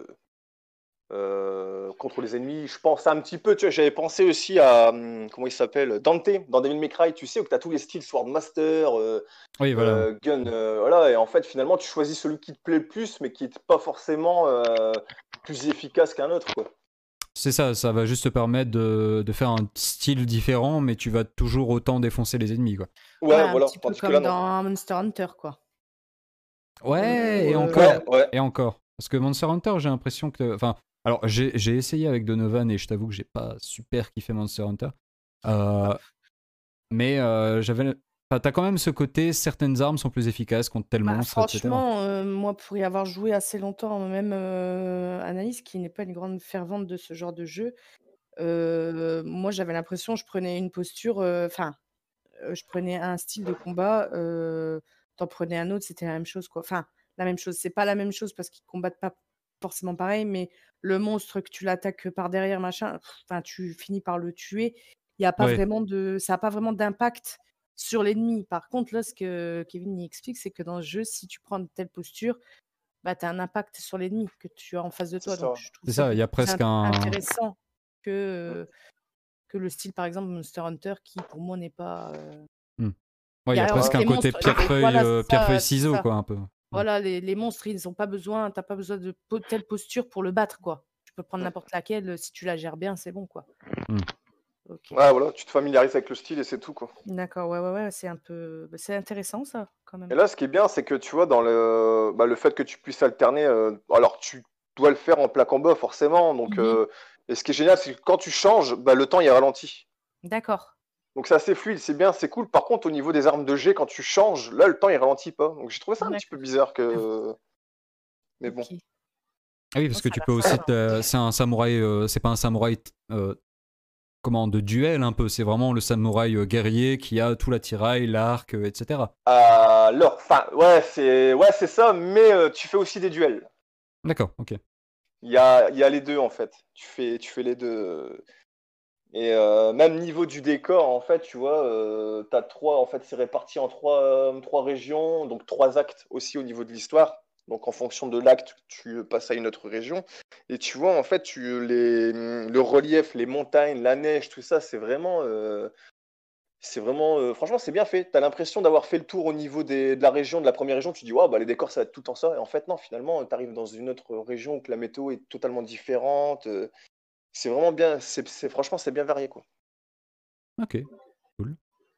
Contre les ennemis, je pense un petit peu, tu vois, j'avais pensé aussi à, comment il s'appelle, Dante, dans Devil May Cry, tu sais, où tu as tous les styles Swordmaster, Oui, voilà. Gun, voilà, et en fait, finalement, tu choisis celui qui te plaît le plus, mais qui n'est pas forcément plus efficace qu'un autre, quoi. C'est ça, ça va juste te permettre de faire un style différent, mais tu vas toujours autant défoncer les ennemis, quoi. Ouais, Ouais, un voilà, petit peu tandis que là, comme non. dans Monster Hunter, quoi. Ouais, Où, et encore. Ouais, ouais. Et encore. Parce que Monster Hunter, j'ai l'impression que... Enfin, alors, j'ai essayé avec Donovan, et je t'avoue que j'ai pas super kiffé Monster Hunter. Mais j'avais... Enfin, t'as quand même ce côté, certaines armes sont plus efficaces contre tel Bah, monstre, etc. franchement, moi, pour y avoir joué assez longtemps, même Anaïs, qui n'est pas une grande fervente de ce genre de jeu, moi, j'avais l'impression, je prenais une posture, enfin, je prenais un style de combat, t'en prenais un autre, c'était la même chose, quoi. Enfin, la même chose, c'est pas la même chose parce qu'ils combattent pas forcément pareil, mais le monstre que tu l'attaques par derrière, machin, enfin, tu finis par le tuer. Il y a pas Ouais. vraiment ça a pas vraiment d'impact sur l'ennemi. Par contre, là, ce que Kevin y explique, c'est que dans le jeu, si tu prends de telle posture, bah, tu as un impact sur l'ennemi que tu as en face de C'est toi. Donc, ça. je trouve C'est ça ça, il y a beaucoup plus presque un... intéressant que, que le style, par exemple, Monster Hunter, qui pour moi n'est pas. Ouais, il y a En presque fait, un les côté monstres, voilà, c'est pierre-feuille, ça, c'est ciseaux, ça. quoi, un peu. Voilà, les monstres, ils ont pas besoin, t'as pas besoin de telle posture pour le battre, quoi. Tu peux prendre n'importe laquelle, si tu la gères bien, c'est bon, quoi. Ok. Ouais, voilà, tu te familiarises avec le style et c'est tout, quoi. D'accord, ouais, c'est un peu. Bah, c'est intéressant, ça, quand même. Et là, ce qui est bien, c'est que tu vois, dans le fait que tu puisses alterner, alors tu dois le faire en plein combat, forcément. Donc, et ce qui est génial, c'est que quand tu changes, bah, le temps il est ralenti. D'accord. Donc, c'est assez fluide, c'est bien, c'est cool. Par contre, au niveau des armes de jet, quand tu changes, là, le temps il ralentit pas. Donc, j'ai trouvé ça un petit peu D'accord. bizarre que. Mais bon. Ok. Ah oui, parce Oh, que ça a tu l'air peux aussi... sympa. C'est un samouraï... c'est pas un samouraï... comment, de duel, un peu. C'est vraiment le samouraï guerrier qui a tout l'attirail, l'arc, etc. Alors, enfin, ouais, c'est ça, mais tu fais aussi des duels. D'accord, ok. Il y a les deux, en fait. Tu fais les deux. Et même niveau du décor, en fait, tu vois, t'as trois, en fait, c'est réparti en trois régions, donc trois actes aussi au niveau de l'histoire. Donc en fonction de l'acte, tu passes à une autre région. Et tu vois, en fait, le relief, les montagnes, la neige, tout ça, c'est vraiment, franchement, c'est bien fait. T'as l'impression d'avoir fait le tour au niveau de la région, de la première région. Tu dis, ouais, bah, les décors, ça va être tout en ça. Et en fait, non, finalement, t'arrives dans une autre région où la météo est totalement différente. C'est vraiment bien, franchement, c'est bien varié, quoi. Ok, cool.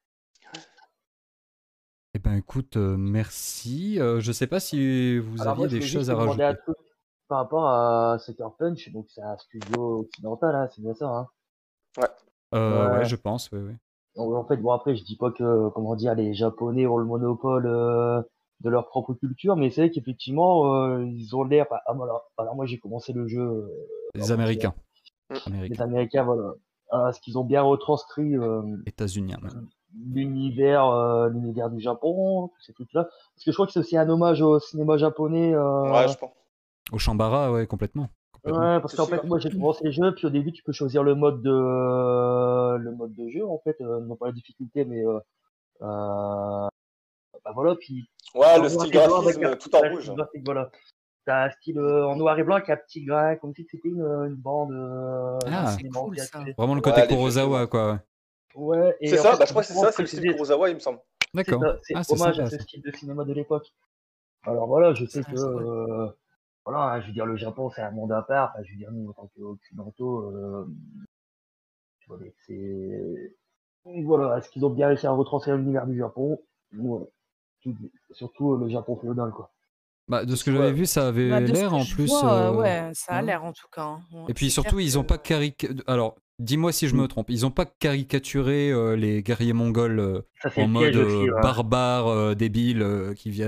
Eh ben écoute, merci. Je sais pas si vous Alors moi, aviez je des voulais juste choses te à demander un rajouter. truc par rapport à Sucker Punch, donc c'est un studio occidental, hein, c'est bien ça, hein. Ouais. Ouais, Ouais. je pense, ouais. Donc, en fait, bon après, je dis pas que, comment dire, les Japonais ont le monopole de leur propre culture, mais c'est vrai qu'effectivement, ils ont l'air. Alors moi, j'ai commencé le jeu Les avant-hier. Américains. Les Américains, voilà, ce qu'ils ont bien retranscrit États-Uniens, même. l'univers du Japon, tous ces trucs-là. Parce que je crois que c'est aussi un hommage au cinéma japonais. Ouais, je pense. Au Shambara, ouais, complètement. Ouais, parce qu'en Si, fait, ouais. moi j'ai commencé le jeu, puis au début tu peux choisir le mode de jeu en fait, non pas la difficulté, mais bah voilà, puis Ouais, en le noir style et blanc avec graphisme, tout en rouge. style graphique, voilà. T'as un style en noir et blanc avec un petit grain, comme si c'était une bande Ah, c'est cinéma cool, ça. encapsulée. Vraiment le côté Ouais, les vieux films, Kurosawa, ouais. quoi. Ouais, C'est et en ça, fait, bah je c'est crois que c'est justement ça, c'est le style précisé, Kurosawa, il me semble. c'est D'accord. ça, c'est Ah, c'est hommage à sympa, ce ça. style de cinéma de l'époque. Alors voilà, je sais Ça, que c'est cool. voilà, hein, je veux dire, le Japon c'est un monde à part. Enfin, je veux dire, nous en tant qu'occidentaux, tu vois, voilà, est-ce qu'ils ont bien réussi à retranscrire l'univers du Japon? Voilà. Surtout le Japon féodal, quoi. Bah, de ce que Si, j'avais ouais. vu, ça Bah, avait de ce l'air que en je plus. vois, ouais, ça a Ouais. l'air en tout cas. Hein. Ouais, Et puis c'est clair surtout, ils ont que. pas Alors, dis-moi si je me trompe. Ils ont pas caricaturé les guerriers mongols Ça, c'est en le mode piège aussi, ouais. barbare, débile, qui viennent.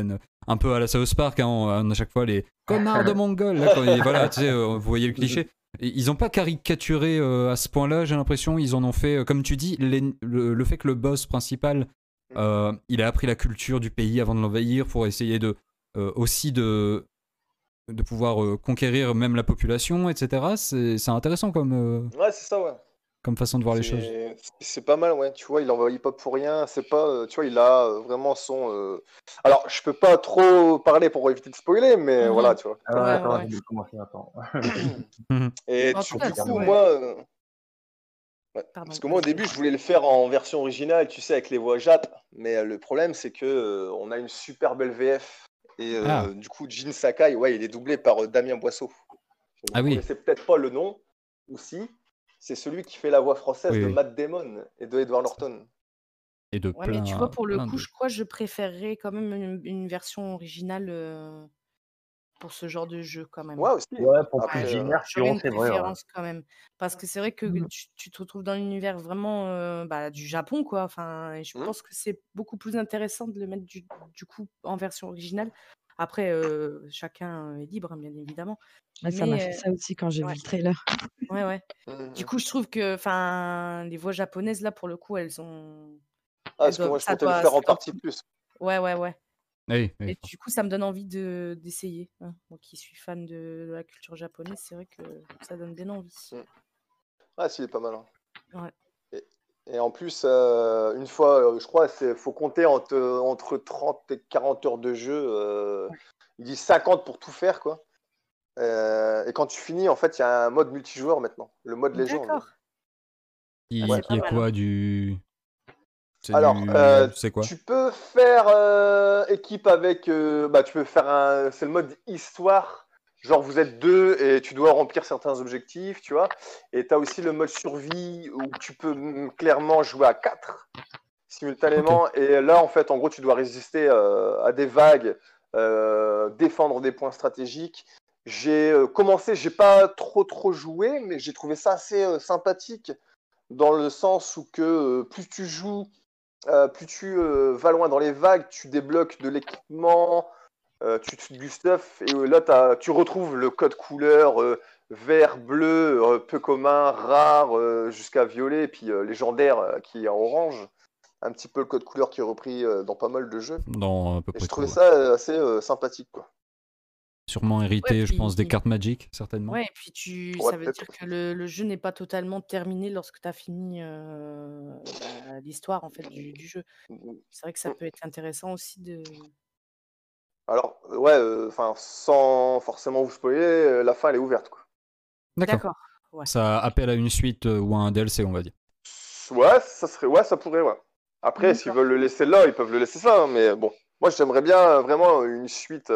un peu à la South Park, hein, on a à chaque fois les connards de Mongols. Là, voilà, tu sais, vous voyez le cliché. Et ils n'ont pas caricaturé à ce point-là, j'ai l'impression. Ils en ont fait, comme tu dis, le fait que le boss principal, il a appris la culture du pays avant de l'envahir pour essayer aussi de pouvoir conquérir même la population, etc. C'est intéressant Ouais, c'est ça, ouais. comme façon de voir les choses. C'est pas mal, ouais. Tu vois, il envahit pas pour rien. C'est pas, tu vois, il a vraiment son. Alors, je peux pas trop parler pour éviter de spoiler, mais voilà, tu vois. Ah ouais, attends, Ouais. j'ai dû commencer, attends. Et En tout cas, du coup, ouais. moi, ouais. Pardon, Parce que moi, au vas-y. début, je voulais le faire en version originale, tu sais, avec les voix Jap. Mais le problème, c'est que on a une super belle VF. Et Ah. du coup, Jin Sakai, ouais, il est doublé par Damien Boisseau. Vous Ah oui. connaissez peut-être pas le nom, ou si. C'est celui qui fait la voix française Oui, de oui. Matt Damon et de Edward Norton. Et de Ouais, mais tu vois, pour le plein coup, de... je crois que je préférerais quand même une version originale pour ce genre de jeu, quand même. Ouais, aussi. Ouais, pour Après, plus J'aurais d'immersion, une c'est vrai. Ouais. préférence quand même. Parce que c'est vrai que tu te retrouves dans l'univers vraiment du Japon, quoi. Enfin, et je pense que c'est beaucoup plus intéressant de le mettre du coup en version originale. Après, chacun est libre, hein, bien évidemment. Ouais, ça m'a Mais fait ça aussi quand j'ai vu ouais. le trailer. Ouais. Du coup, je trouve que les voix japonaises, là, pour le coup, elles parce que moi, je ça comptais le doit. faire en partie plus. Ouais. Oui, Et du coup, ça me donne envie d'essayer. Hein. Moi qui suis fan de la culture japonaise, c'est vrai que ça donne bien envie. Ah, si, il est pas mal. Hein. Ouais. Et en plus, une fois, je crois, faut compter entre 30 et 40 heures de jeu. Il dit 50 pour tout faire, quoi. Et quand tu finis, en fait, il y a un mode multijoueur maintenant, le mode légende. D'accord. Qui c'est pas est mal, quoi hein. Alors, c'est quoi? tu peux faire équipe avec. Tu peux faire c'est le mode histoire. Genre, vous êtes deux et tu dois remplir certains objectifs, tu vois. Et tu as aussi le mode survie où tu peux clairement jouer à 4 simultanément. Ok. Et là, en fait, en gros, tu dois résister à des vagues, défendre des points stratégiques. J'ai commencé, j'ai pas trop joué, mais j'ai trouvé ça assez sympathique dans le sens où que plus tu joues, plus tu vas loin dans les vagues, tu débloques de l'équipement, du stuff, et là tu retrouves le code couleur vert, bleu, peu commun, rare, jusqu'à violet, et puis légendaire qui est en orange. Un petit peu le code couleur qui est repris dans pas mal de jeux. Dans à peu Et près je trouvais tout. ça assez sympathique, quoi. Sûrement hérité, Ouais, je pense, des puis... cartes Magic, certainement. Ouais, et puis Ouais, ça veut dire que le jeu n'est pas totalement terminé lorsque tu as fini l'histoire en fait du jeu. C'est vrai que ça peut être intéressant aussi de. Alors, ouais, sans forcément vous spoiler, la fin elle est ouverte, quoi. D'accord. Ouais. Ça appelle à une suite ou à un DLC, on va dire. Ouais, ça pourrait, ouais. Après, s'ils veulent le laisser là, ils peuvent le laisser ça, hein, mais bon. Moi, j'aimerais bien vraiment une suite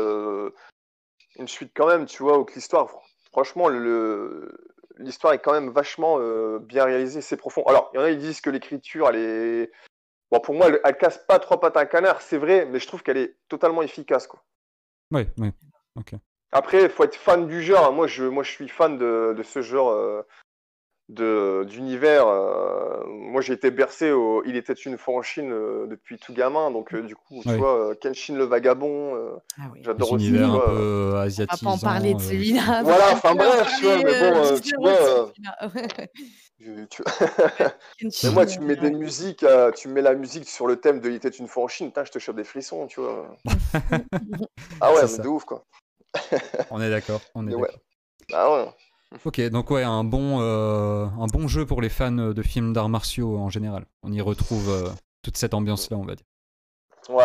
quand même, tu vois, où que l'histoire, franchement, l'histoire est quand même vachement bien réalisée, c'est profond. Alors, il y en a, ils disent que l'écriture, elle est... Bon, pour moi, elle casse pas trois pattes à un canard, c'est vrai, mais je trouve qu'elle est totalement efficace, quoi. Ouais, ok. Après, il faut être fan du genre. Hein. Moi, je suis fan de ce genre d'univers. Moi, j'ai été bercé au Il était une fois en Chine depuis tout gamin. Donc, du coup, tu vois, Kenshin le vagabond, j'adore Les aussi. univers Tu un vois, peu On va asiatisants. pas en parler de celui-là. Voilà, enfin bref, tu vois, mais bon, tu vois. Mais moi, tu me mets des musiques, tu me mets la musique sur le thème de Il était une fois en Chine, putain, je te chope des frissons, tu vois. Ah ouais, mais ça. de ouf, quoi. On est d'accord, Mais ouais. Ah ouais. Ok, donc ouais, un bon jeu pour les fans de films d'arts martiaux en général. On y retrouve toute cette ambiance-là, on va dire. Ouais.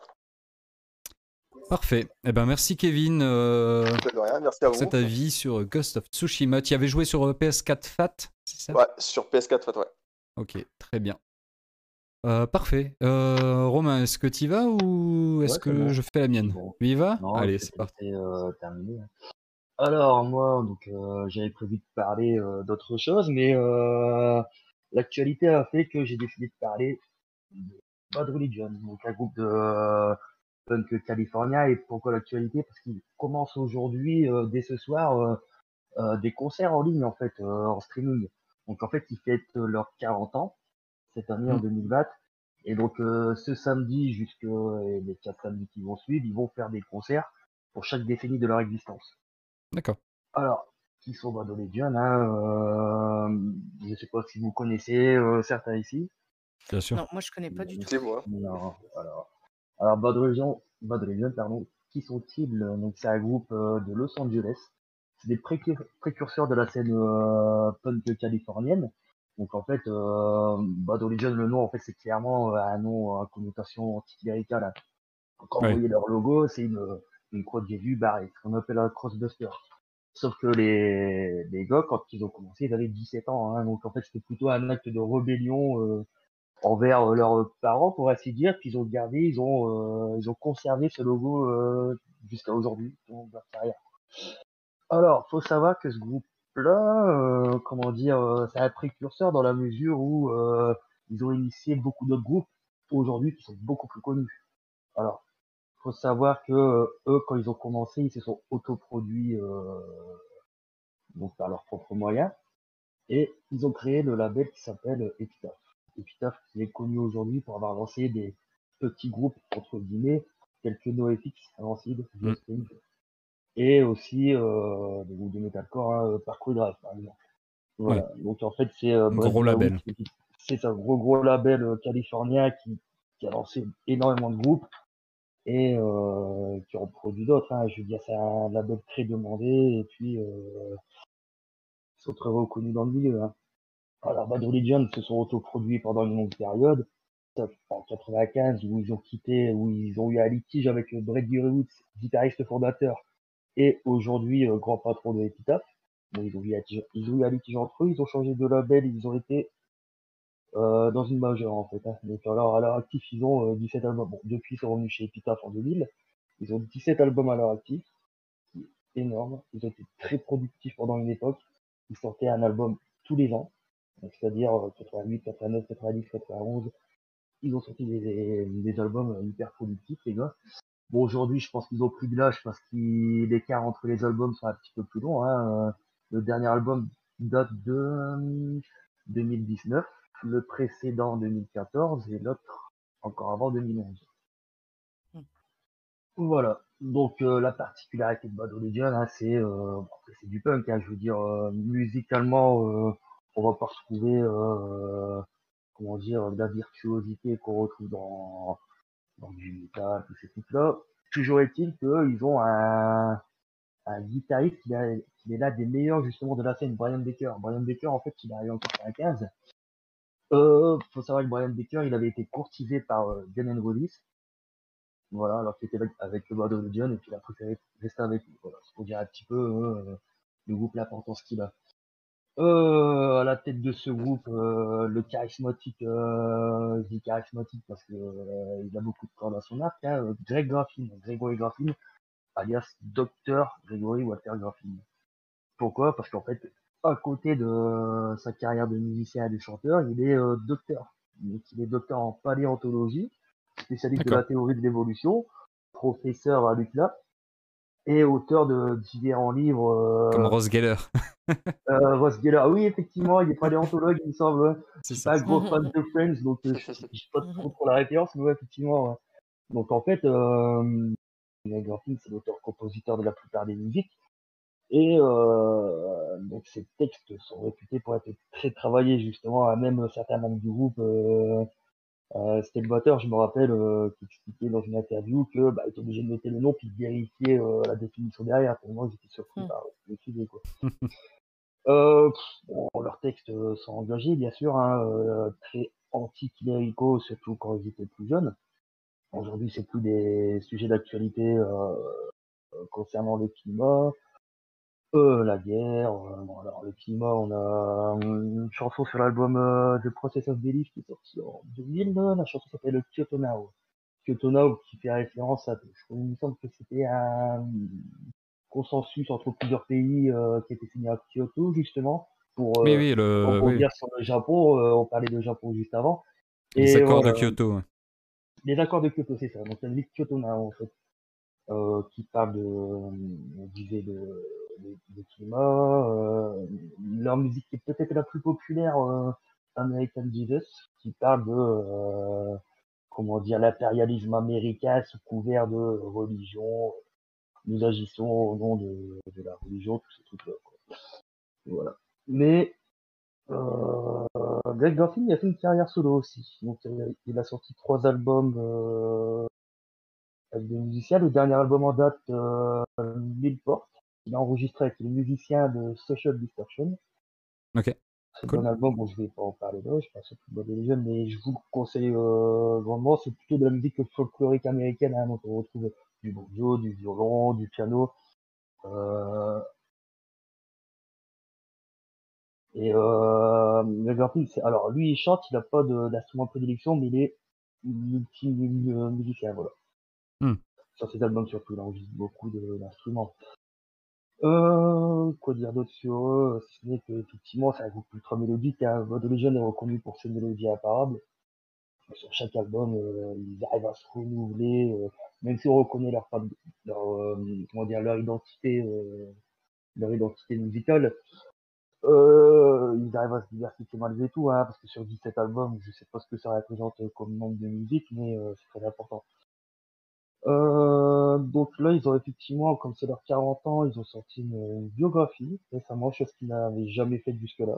Parfait. Eh ben merci Kevin De rien, merci à pour vous. cet avis sur Ghost of Tsushima. Tu y avais joué sur PS4 Fat, c'est ça? Ouais, sur PS4 Fat, ouais. Ok, très bien. Parfait. Romain, est-ce que tu y vas ou est-ce que je fais la mienne? Bon. Tu y vas? Non, Allez, c'est parti. terminé. Alors moi, donc j'avais prévu de parler d'autre chose, mais l'actualité a fait que j'ai décidé de parler de Bad Religion, donc un groupe de punk californien. Et pourquoi l'actualité? Parce qu'il commence aujourd'hui, dès ce soir, des concerts en ligne en fait, en streaming. Donc en fait, ils fêtent leurs 40 ans cette année en 2020. Et donc ce samedi et les 4 samedis qui vont suivre, ils vont faire des concerts pour chaque décennie de leur existence. D'accord. Alors, qui sont Bad Religion, je ne sais pas si vous connaissez certains ici. Bien sûr. Non, moi je connais pas du tout. C'est moi. Non, alors Bad Religion, pardon, qui sont-ils? Donc c'est un groupe de Los Angeles. C'est des précurseurs de la scène punk californienne. Donc en fait, Bad Religion, le nom en fait c'est clairement un nom à connotation anticléricale, hein. Quand vous Ouais. voyez leur logo, c'est une croix de Jésus barrée, ce qu'on appelle un crossbuster. Sauf que les gars, quand ils ont commencé, ils avaient 17 ans, hein. Donc en fait c'était plutôt un acte de rébellion envers leurs parents, pour ainsi dire, qu'ils ont gardé, ils ont conservé ce logo jusqu'à aujourd'hui, dans leur carrière. Alors, faut savoir que ce groupe-là, c'est un précurseur dans la mesure où ils ont initié beaucoup d'autres groupes aujourd'hui qui sont beaucoup plus connus. Alors, faut savoir que eux, quand ils ont commencé, ils se sont autoproduits donc par leurs propres moyens. Et ils ont créé le label qui s'appelle Epitaph. Epitaph qui est connu aujourd'hui pour avoir lancé des petits groupes, entre guillemets, tels que NoFX, Rancid, Mm. Spring, et aussi des groupes de metalcore, hein, Parkway Drive, par exemple. Voilà. Donc en fait, c'est Brett Gros Blaoui, label. c'est un gros label californien qui a lancé énormément de groupes et qui en produit d'autres, hein. Je veux dire, c'est un label très demandé et puis ils sont très reconnus dans le milieu, hein. Alors, Bad Religion se sont autoproduits pendant une longue période, en 95, où ils ont eu un litige avec Brett Gurewitz, guitariste fondateur, et aujourd'hui grand patron de Epitaph. Bon, ils ont eu un litige entre eux, ils ont changé de label, ils ont été dans une majeure en fait, hein. Donc alors à l'heure active, ils ont 17 albums. Bon, depuis, ils sont revenus chez Epitaph en 2000. Ils ont 17 albums à l'heure active, ce qui est énorme. Ils ont été très productifs pendant une époque. Ils sortaient un album tous les ans, donc c'est-à-dire 88, 89, 90, 91. Ils ont sorti des albums hyper productifs, les gars. Bon, aujourd'hui, je pense qu'ils ont pris de l'âge parce que l'écart entre les albums sont un petit peu plus long, hein. Le dernier album date de 2019, le précédent 2014 et l'autre encore avant 2011. Mm. Voilà. Donc la particularité de Bad Religion, hein, c'est du punk, hein. Je veux dire, musicalement, on va pas retrouver de la virtuosité qu'on retrouve dans du métal, tous ces trucs-là. Toujours est-il qu'ils ont un guitariste qui est l'un des meilleurs justement de la scène, Brian Baker. Brian Baker, en fait, il est arrivé en 95. Faut savoir que Brian Baker, il avait été courtisé par Gun Roses. Voilà, alors qu'il était avec le Bad Religion et qu'il a préféré rester avec lui. Voilà, c'est pour dire un petit peu le groupe, l'importance qu'il a. À la tête de ce groupe, le charismatique, je dis charismatique parce que il a beaucoup de cordes à son arc, hein, Gregory Graffin, alias Dr. Gregory Walter Graffin. Pourquoi? Parce qu'en fait, à côté de sa carrière de musicien et de chanteur, il est docteur. Donc, il est docteur en paléontologie, spécialiste de la D'accord. théorie de l'évolution, professeur à l'UCLA et auteur de différents livres. Comme Ross Geller. Ross Geller, oui, effectivement, il est paléontologue, il me semble, ouais. C'est Je suis ça. pas un gros fan de Friends, donc je sais pas trop la référence, mais ouais, effectivement, ouais. Donc en fait, Graffin, c'est l'auteur-compositeur de la plupart des musiques. Et donc ces textes sont réputés pour être très travaillés justement, à même certains membres du groupe. C'était le batteur, je me rappelle, qui expliquait dans une interview que il était obligé de noter le nom puis de vérifier la définition derrière. Pour moi, j'étais surpris Mm. par le sujet, quoi. Bon, leurs textes sont engagés, bien sûr, hein, très anti-cléricaux, surtout quand ils étaient plus jeunes. Aujourd'hui, c'est plus des sujets d'actualité concernant le climat, la guerre. Bon, alors le climat, on a une chanson sur l'album The Process of Belief qui est sorti en 2000. La chanson s'appelle Kyoto Now. Kyoto Now qui fait référence à, il me semble que c'était un consensus entre plusieurs pays qui était signé à Kyoto justement pour Oui, oui, oui, rebondir sur le Japon. On parlait de Japon juste avant. les Et accords de voilà, Kyoto. Ouais. les accords de Kyoto, c'est ça. Donc la musique Kyoto Now en fait, qui parle on disait de climat. Leur musique est peut-être la plus populaire, American Jesus, qui parle comment dire, l'impérialisme américain sous couvert de religion. Nous agissons au nom de la religion, tous ces trucs-là, quoi. Voilà. Mais Greg Gurfein, il a fait une carrière solo aussi. Donc il a sorti 3 albums avec des musiciens. Le dernier album en date, Millport, il a enregistré avec les musiciens de Social Distortion. Ok, C'est cool. un album, bon, je vais pas en parler là, je pense que c'est plus les jeunes, mais je vous le conseille grandement. C'est plutôt de la musique folklorique américaine, hein, donc on retrouve du banjo, du violon, du piano. Et Greg Gurfein, alors lui il chante, il a pas d'instrument de prédilection, mais il est musicien, voilà. Sur ses albums surtout, il enregistre beaucoup d'instruments. Quoi dire d'autre sur eux, si ce n'est qu'effectivement c'est un groupe ultra mélodique, hein. Bad Religion est reconnu pour ses mélodies imparables. Sur chaque album, ils arrivent à se renouveler, même si on reconnaît comment dire, leur identité musicale. Ils arrivent à se diversifier malgré tout, hein, parce que sur 17 albums, je sais pas ce que ça représente comme nombre de musique, mais c'est très important. Donc là, ils ont effectivement, comme c'est leurs 40 ans, ils ont sorti une biographie récemment, chose qu'ils n'avaient jamais faite jusque-là.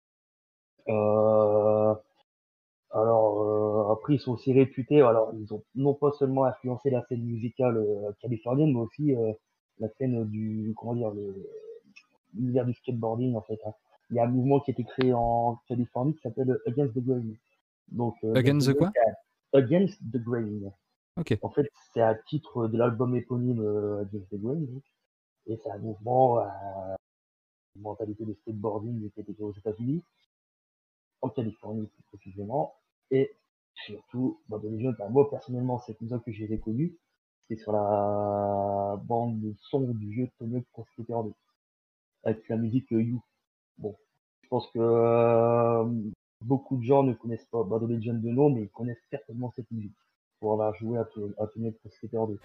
Alors, après, ils sont aussi réputés, alors ils ont non pas seulement influencé la scène musicale californienne, mais aussi la scène comment dire, l'univers du skateboarding, en fait, hein. Il y a un mouvement qui a été créé en Californie qui s'appelle Against the Grain. Donc, Against the quoi? Against the Grain. Ok. En fait, c'est un titre de l'album éponyme Against the Grain. Et c'est un mouvement, une mentalité de skateboarding qui a été créé aux États-Unis, en Californie plus précisément. Et surtout, dans les jeunes, moi personnellement, c'est comme ça que j'ai connu. C'est sur la bande de son du jeu Tony Hawk Pro Skater 2, avec la musique You. Bon, je pense que beaucoup de gens ne connaissent pas Bad Religion de nom, mais ils connaissent certainement cette musique pour avoir joué à Tony Hawk Pro Skater 2.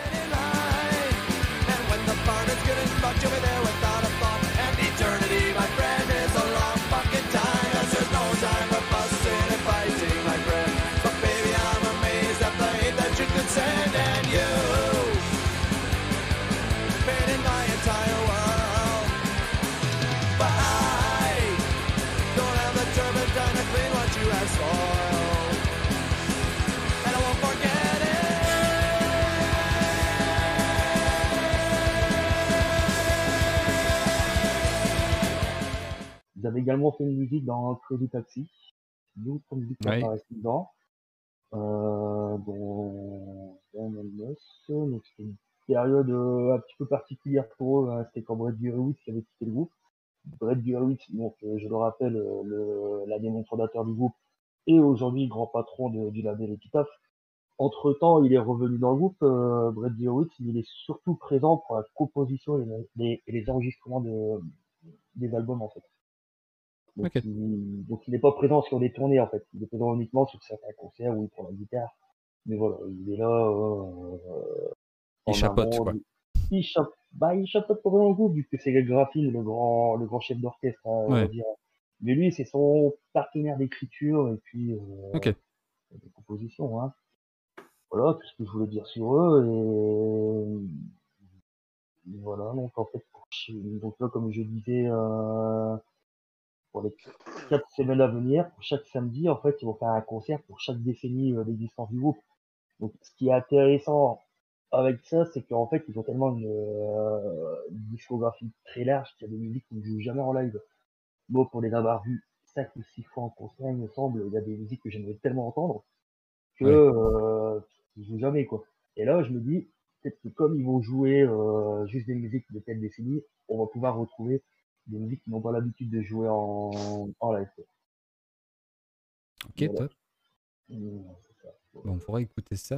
Ils avaient également fait une musique dans Crazy Taxi, d'autres musiques qui apparaissent dedans, dont donc c'était une période un petit peu particulière pour eux, hein. C'était quand Brett Gurewitz qui avait quitté le groupe. Brett Gurewitz, donc je le rappelle, l'un des membres fondateurs du groupe et aujourd'hui grand patron du label Epitaph. Entre-temps, il est revenu dans le groupe, Brett Gurewitz, il est surtout présent pour la composition et les enregistrements des albums, en fait. Donc, Ok. il n'est pas présent sur les tournées, en fait. Il est présent uniquement sur certains concerts où il prend la guitare. Mais voilà, il est là, Il chapeaute, amont. quoi. Il chapeaute pas vraiment le groupe, vu que c'est Greg Graffin, le grand chef d'orchestre, hein, on va dire. Mais lui, c'est son partenaire d'écriture et puis de composition, hein. Voilà, tout ce que je voulais dire sur eux. Et voilà, donc en fait, donc là, comme je disais, pour les 4 semaines à venir, pour chaque samedi, en fait, ils vont faire un concert pour chaque décennie d'existence du groupe. Donc, ce qui est intéressant avec ça, c'est qu'en fait, ils ont tellement une discographie très large qu'il y a des musiques qu'ils ne jouent jamais en live. Moi, pour les avoir vus 5 ou 6 fois en concert, il me semble, il y a des musiques que j'aimerais tellement entendre que ils jouent jamais, quoi. Et là, je me dis, peut-être que comme ils vont jouer juste des musiques de telle décennie, on va pouvoir retrouver des musiques qui n'ont pas l'habitude de jouer en live, quoi. Ok, voilà. top. Bon, on pourra écouter ça.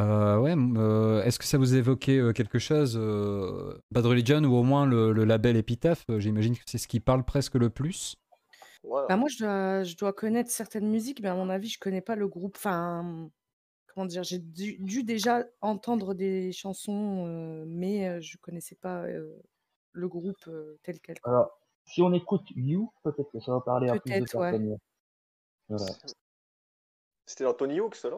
Est-ce que ça vous évoquait quelque chose, Bad Religion, ou au moins le label Epitaph? J'imagine que c'est ce qui parle presque le plus. Voilà. Bah moi, je dois connaître certaines musiques, mais à mon avis, je connais pas le groupe. Enfin, comment dire, j'ai dû déjà entendre des chansons, mais je connaissais pas le groupe tel quel, quoi. Alors, si on écoute You, peut-être que ça va parler à plus de Peut-être, ouais. personnes. Voilà. C'était dans Tony Hawk, ça, là?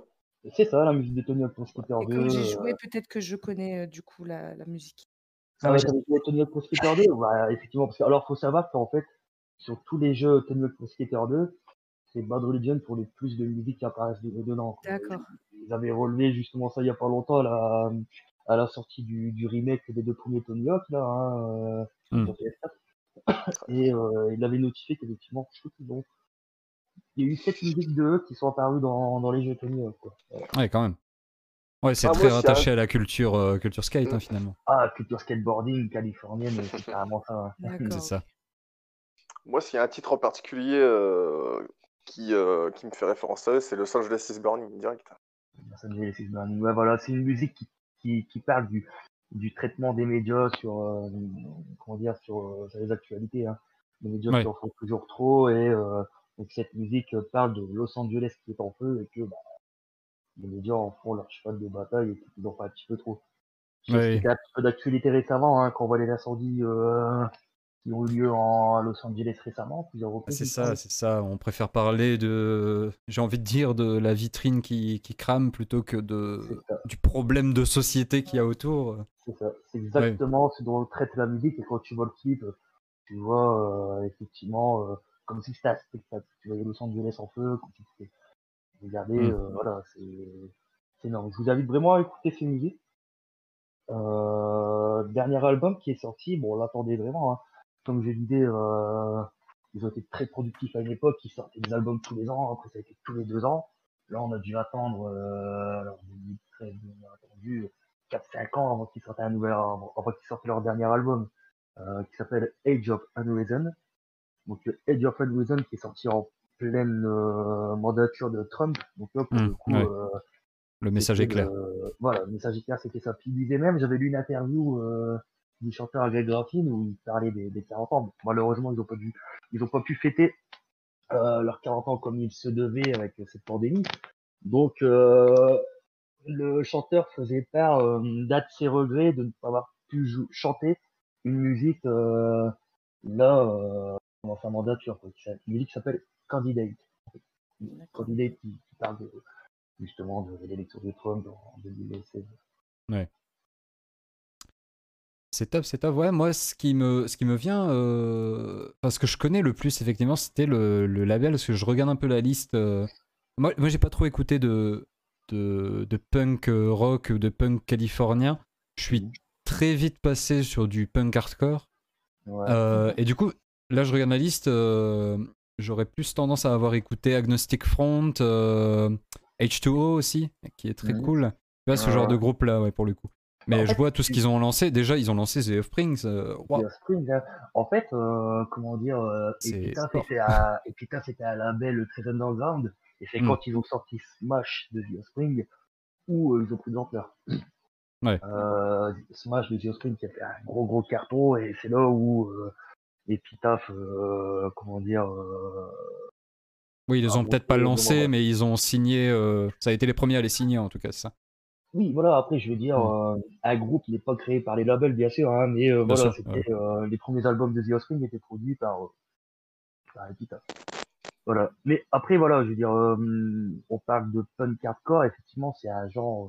C'est ça, la musique de Tony Hawk Pro Skater Et 2. comme j'ai joué, peut-être que je connais du coup la musique. T'avais joué à Tony Hawk Pro Skater 2? Ouais, effectivement, parce que, alors, faut savoir qu'en fait, sur tous les jeux Tony Hawk Pro Skater 2, c'est Bad Religion pour les plus de musique qui apparaissent dedans, quoi. D'accord. Ils avaient relevé justement ça il y a pas longtemps, à la sortie du remake des 2 premiers Tony Hawk, là, hein, Hmm. sur PS4. Et ils avaient notifié qu'effectivement, je trouve il y a eu 7 musiques de eux qui sont apparues dans les jeux Tony Hawk, quoi. Ouais, quand même. Ouais, c'est Ah, très moi, s'il y a rattaché à la culture skate, Mm. finalement. Ah, culture skateboarding californienne, c'est carrément ça, hein. C'est D'accord. ça. Moi, s'il y a un titre en particulier qui me fait référence à eux, c'est Los Angeles is Burning, direct. Los Angeles is Burning. Ouais, voilà, c'est une musique qui parle du traitement des médias sur, comment dire, sur les actualités, hein. Les médias Ouais. qui en font toujours trop, et donc cette musique parle de Los Angeles qui est en feu, et que bah, les médias en font leur cheval de bataille, et qu'ils en font un petit peu trop. Je sais ce qui Ouais. était un petit peu d'actualité récemment, hein, quand on voit les incendies qui ont eu lieu à Los Angeles récemment, plusieurs reprises, il me semble. C'est ça. On préfère parler de, j'ai envie de dire, de la vitrine qui crame plutôt que C'est ça. du problème de société qu'il y a autour. C'est ça, c'est Ouais. exactement ce dont traite la musique, et quand tu vois le clip, tu vois effectivement comme si c'était un spectacle. Tu voyais Los Angeles en feu, comme si c'était regardé, voilà, c'est énorme. Je vous invite vraiment à écouter ces musiques. Dernier album qui est sorti, bon, on l'attendait vraiment, hein. Comme je disais, ils ont été très productifs à une époque, ils sortaient des albums tous les ans, après ça a été tous les 2 ans. Là, on a dû attendre, alors, 2013, on a attendu 4-5 ans avant qu'ils sortent avant qu'ils sortent leur dernier album, qui s'appelle Age of Unreason. Donc, Age of Unreason qui est sorti en pleine mandature de Trump. Donc là, pour le coup, Ouais. Le message est clair. voilà, le message est clair, c'était ça. Puis il disait même, j'avais lu une interview du chanteur Greg Graffin où il parlait des 40 ans. Bon, malheureusement, ils ont pas pu fêter leurs 40 ans comme il se devait avec cette pandémie. Donc, le chanteur faisait part d'un de ses regrets de ne pas avoir pu chanter une musique pendant sa mandature, quoi. Une musique qui s'appelle Candidate. D'accord. Candidate qui parle justement de l'élection de Trump en 2016. Ouais. C'est top, c'est top. Ouais, moi, ce qui me vient, parce que je connais le plus, effectivement, c'était le label, parce que je regarde un peu la liste. Moi, j'ai pas trop écouté de punk rock ou de punk californien. Je suis très vite passé sur du punk hardcore. Ouais. Et du coup, là, je regarde la liste. J'aurais plus tendance à avoir écouté Agnostic Front, H2O aussi, qui est très Mhm. cool. Tu vois, ce genre de groupe-là, ouais, pour le coup. Mais En je fait, vois tout ce qu'ils ont lancé. Déjà, ils ont lancé The Offsprings. Waouh, The Offspring, hein. En fait, comment dire, c'est Epitaph fort. était un label très underground, et c'est Hmm. quand ils ont sorti Smash de The Offspring où ils ont pris de l'ampleur. Ouais. Smash de The Offspring qui a fait un gros carton, et c'est là où Epitaph, comment dire, Oui, ils les a ont peut-être pas monté vraiment. lancés, mais ils ont signé. Ça a été les premiers à les signer, en tout cas, c'est ça. Oui, voilà, après, je veux dire, Hmm. un groupe n'est pas créé par les labels, bien sûr, hein, mais Bien voilà, sûr. c'était les premiers albums de The Offspring étaient produits par Epitaph. Voilà. Mais après, voilà, je veux dire, on parle de punk hardcore, effectivement, c'est un genre,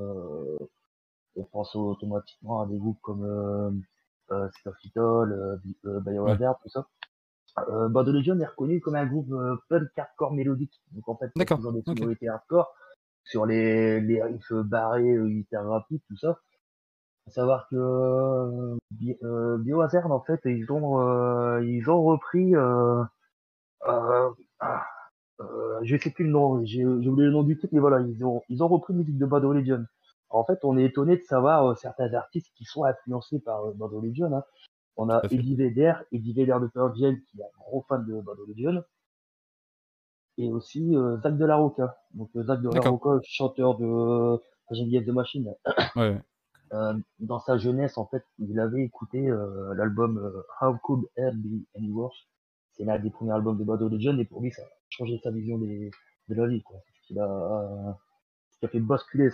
on pense automatiquement à des groupes comme Superficial, Ouais. Biohazard, tout ça. Bad Religion est reconnu comme un groupe punk hardcore mélodique. Donc en fait, il y a D'accord. toujours des Ok. sonorités hardcore sur les riffs barrés, hyper rapides, tout ça. Faut savoir que Biohazard, en fait, ils ont repris euh, je sais plus le nom, j'ai oublié le nom du truc, mais voilà, ils ont repris une musique de Bad Religion. En fait, on est étonné de savoir certains artistes qui sont influencés par Bad Religion, hein. On Tout a à fait. Eddie Vedder de Pearl Jam, qui est un gros fan de Bad Religion, et aussi Zach de la Roca. Donc Zach de la D'accord. Roca, chanteur de Rage Against the Machine. Ouais. Dans sa jeunesse, en fait, il avait écouté l'album How Could Earth Be Any Worse. C'est l'un des premiers albums de Bad Religion, et pour lui, ça a changé sa vision de la vie, quoi. Ce qui a fait basculer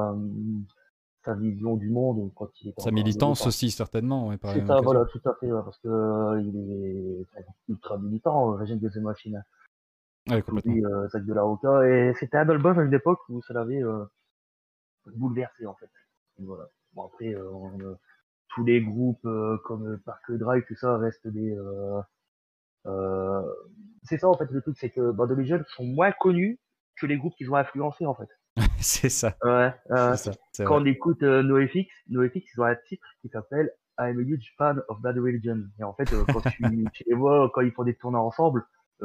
sa vision du monde quand il était Sa encore militance adolescent. aussi, certainement, ouais, par la C'est même ça, occasion. voilà, tout à fait, ouais, parce que il est ultra militant, Rage Against the Machine. Ouais, complètement. produit Zach de la Roca. Et c'était un album à une époque où ça l'avait bouleversé en fait. Donc, voilà. Bon après, tous les groupes comme Park Drive, tout ça restent des. Euh, c'est ça en fait le truc, c'est que Bad Religion sont moins connus que les groupes qu'ils ont influencés en fait. C'est ça, Ouais, c'est ça, c'est quand vrai. on écoute NoFX, ils ont un titre qui s'appelle I'm a huge fan of Bad Religion. Et en fait, quand tu les vois, quand ils font des tournois ensemble,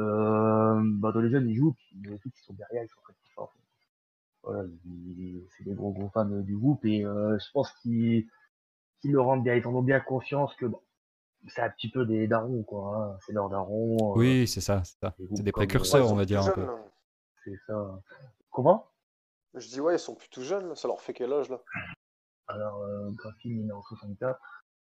Bad Religion ils jouent, puis NoFX ils sont derrière, ils sont très forts. Voilà, c'est des gros fans du groupe et je pense qu'ils le rendent bien, ils en ont bien conscience que bon, c'est un petit peu des darons quoi, hein. C'est leurs darons, Oui, c'est ça, c'est ça. des C'est groupes des comme Ouais, ils précurseurs, on sont va plus tout dire un jeunes, peu. là. c'est ça. Comment? Je dis, ouais, ils sont plus tout jeunes, là. Ça leur fait quel âge, là? Alors, Graphine il est en 64.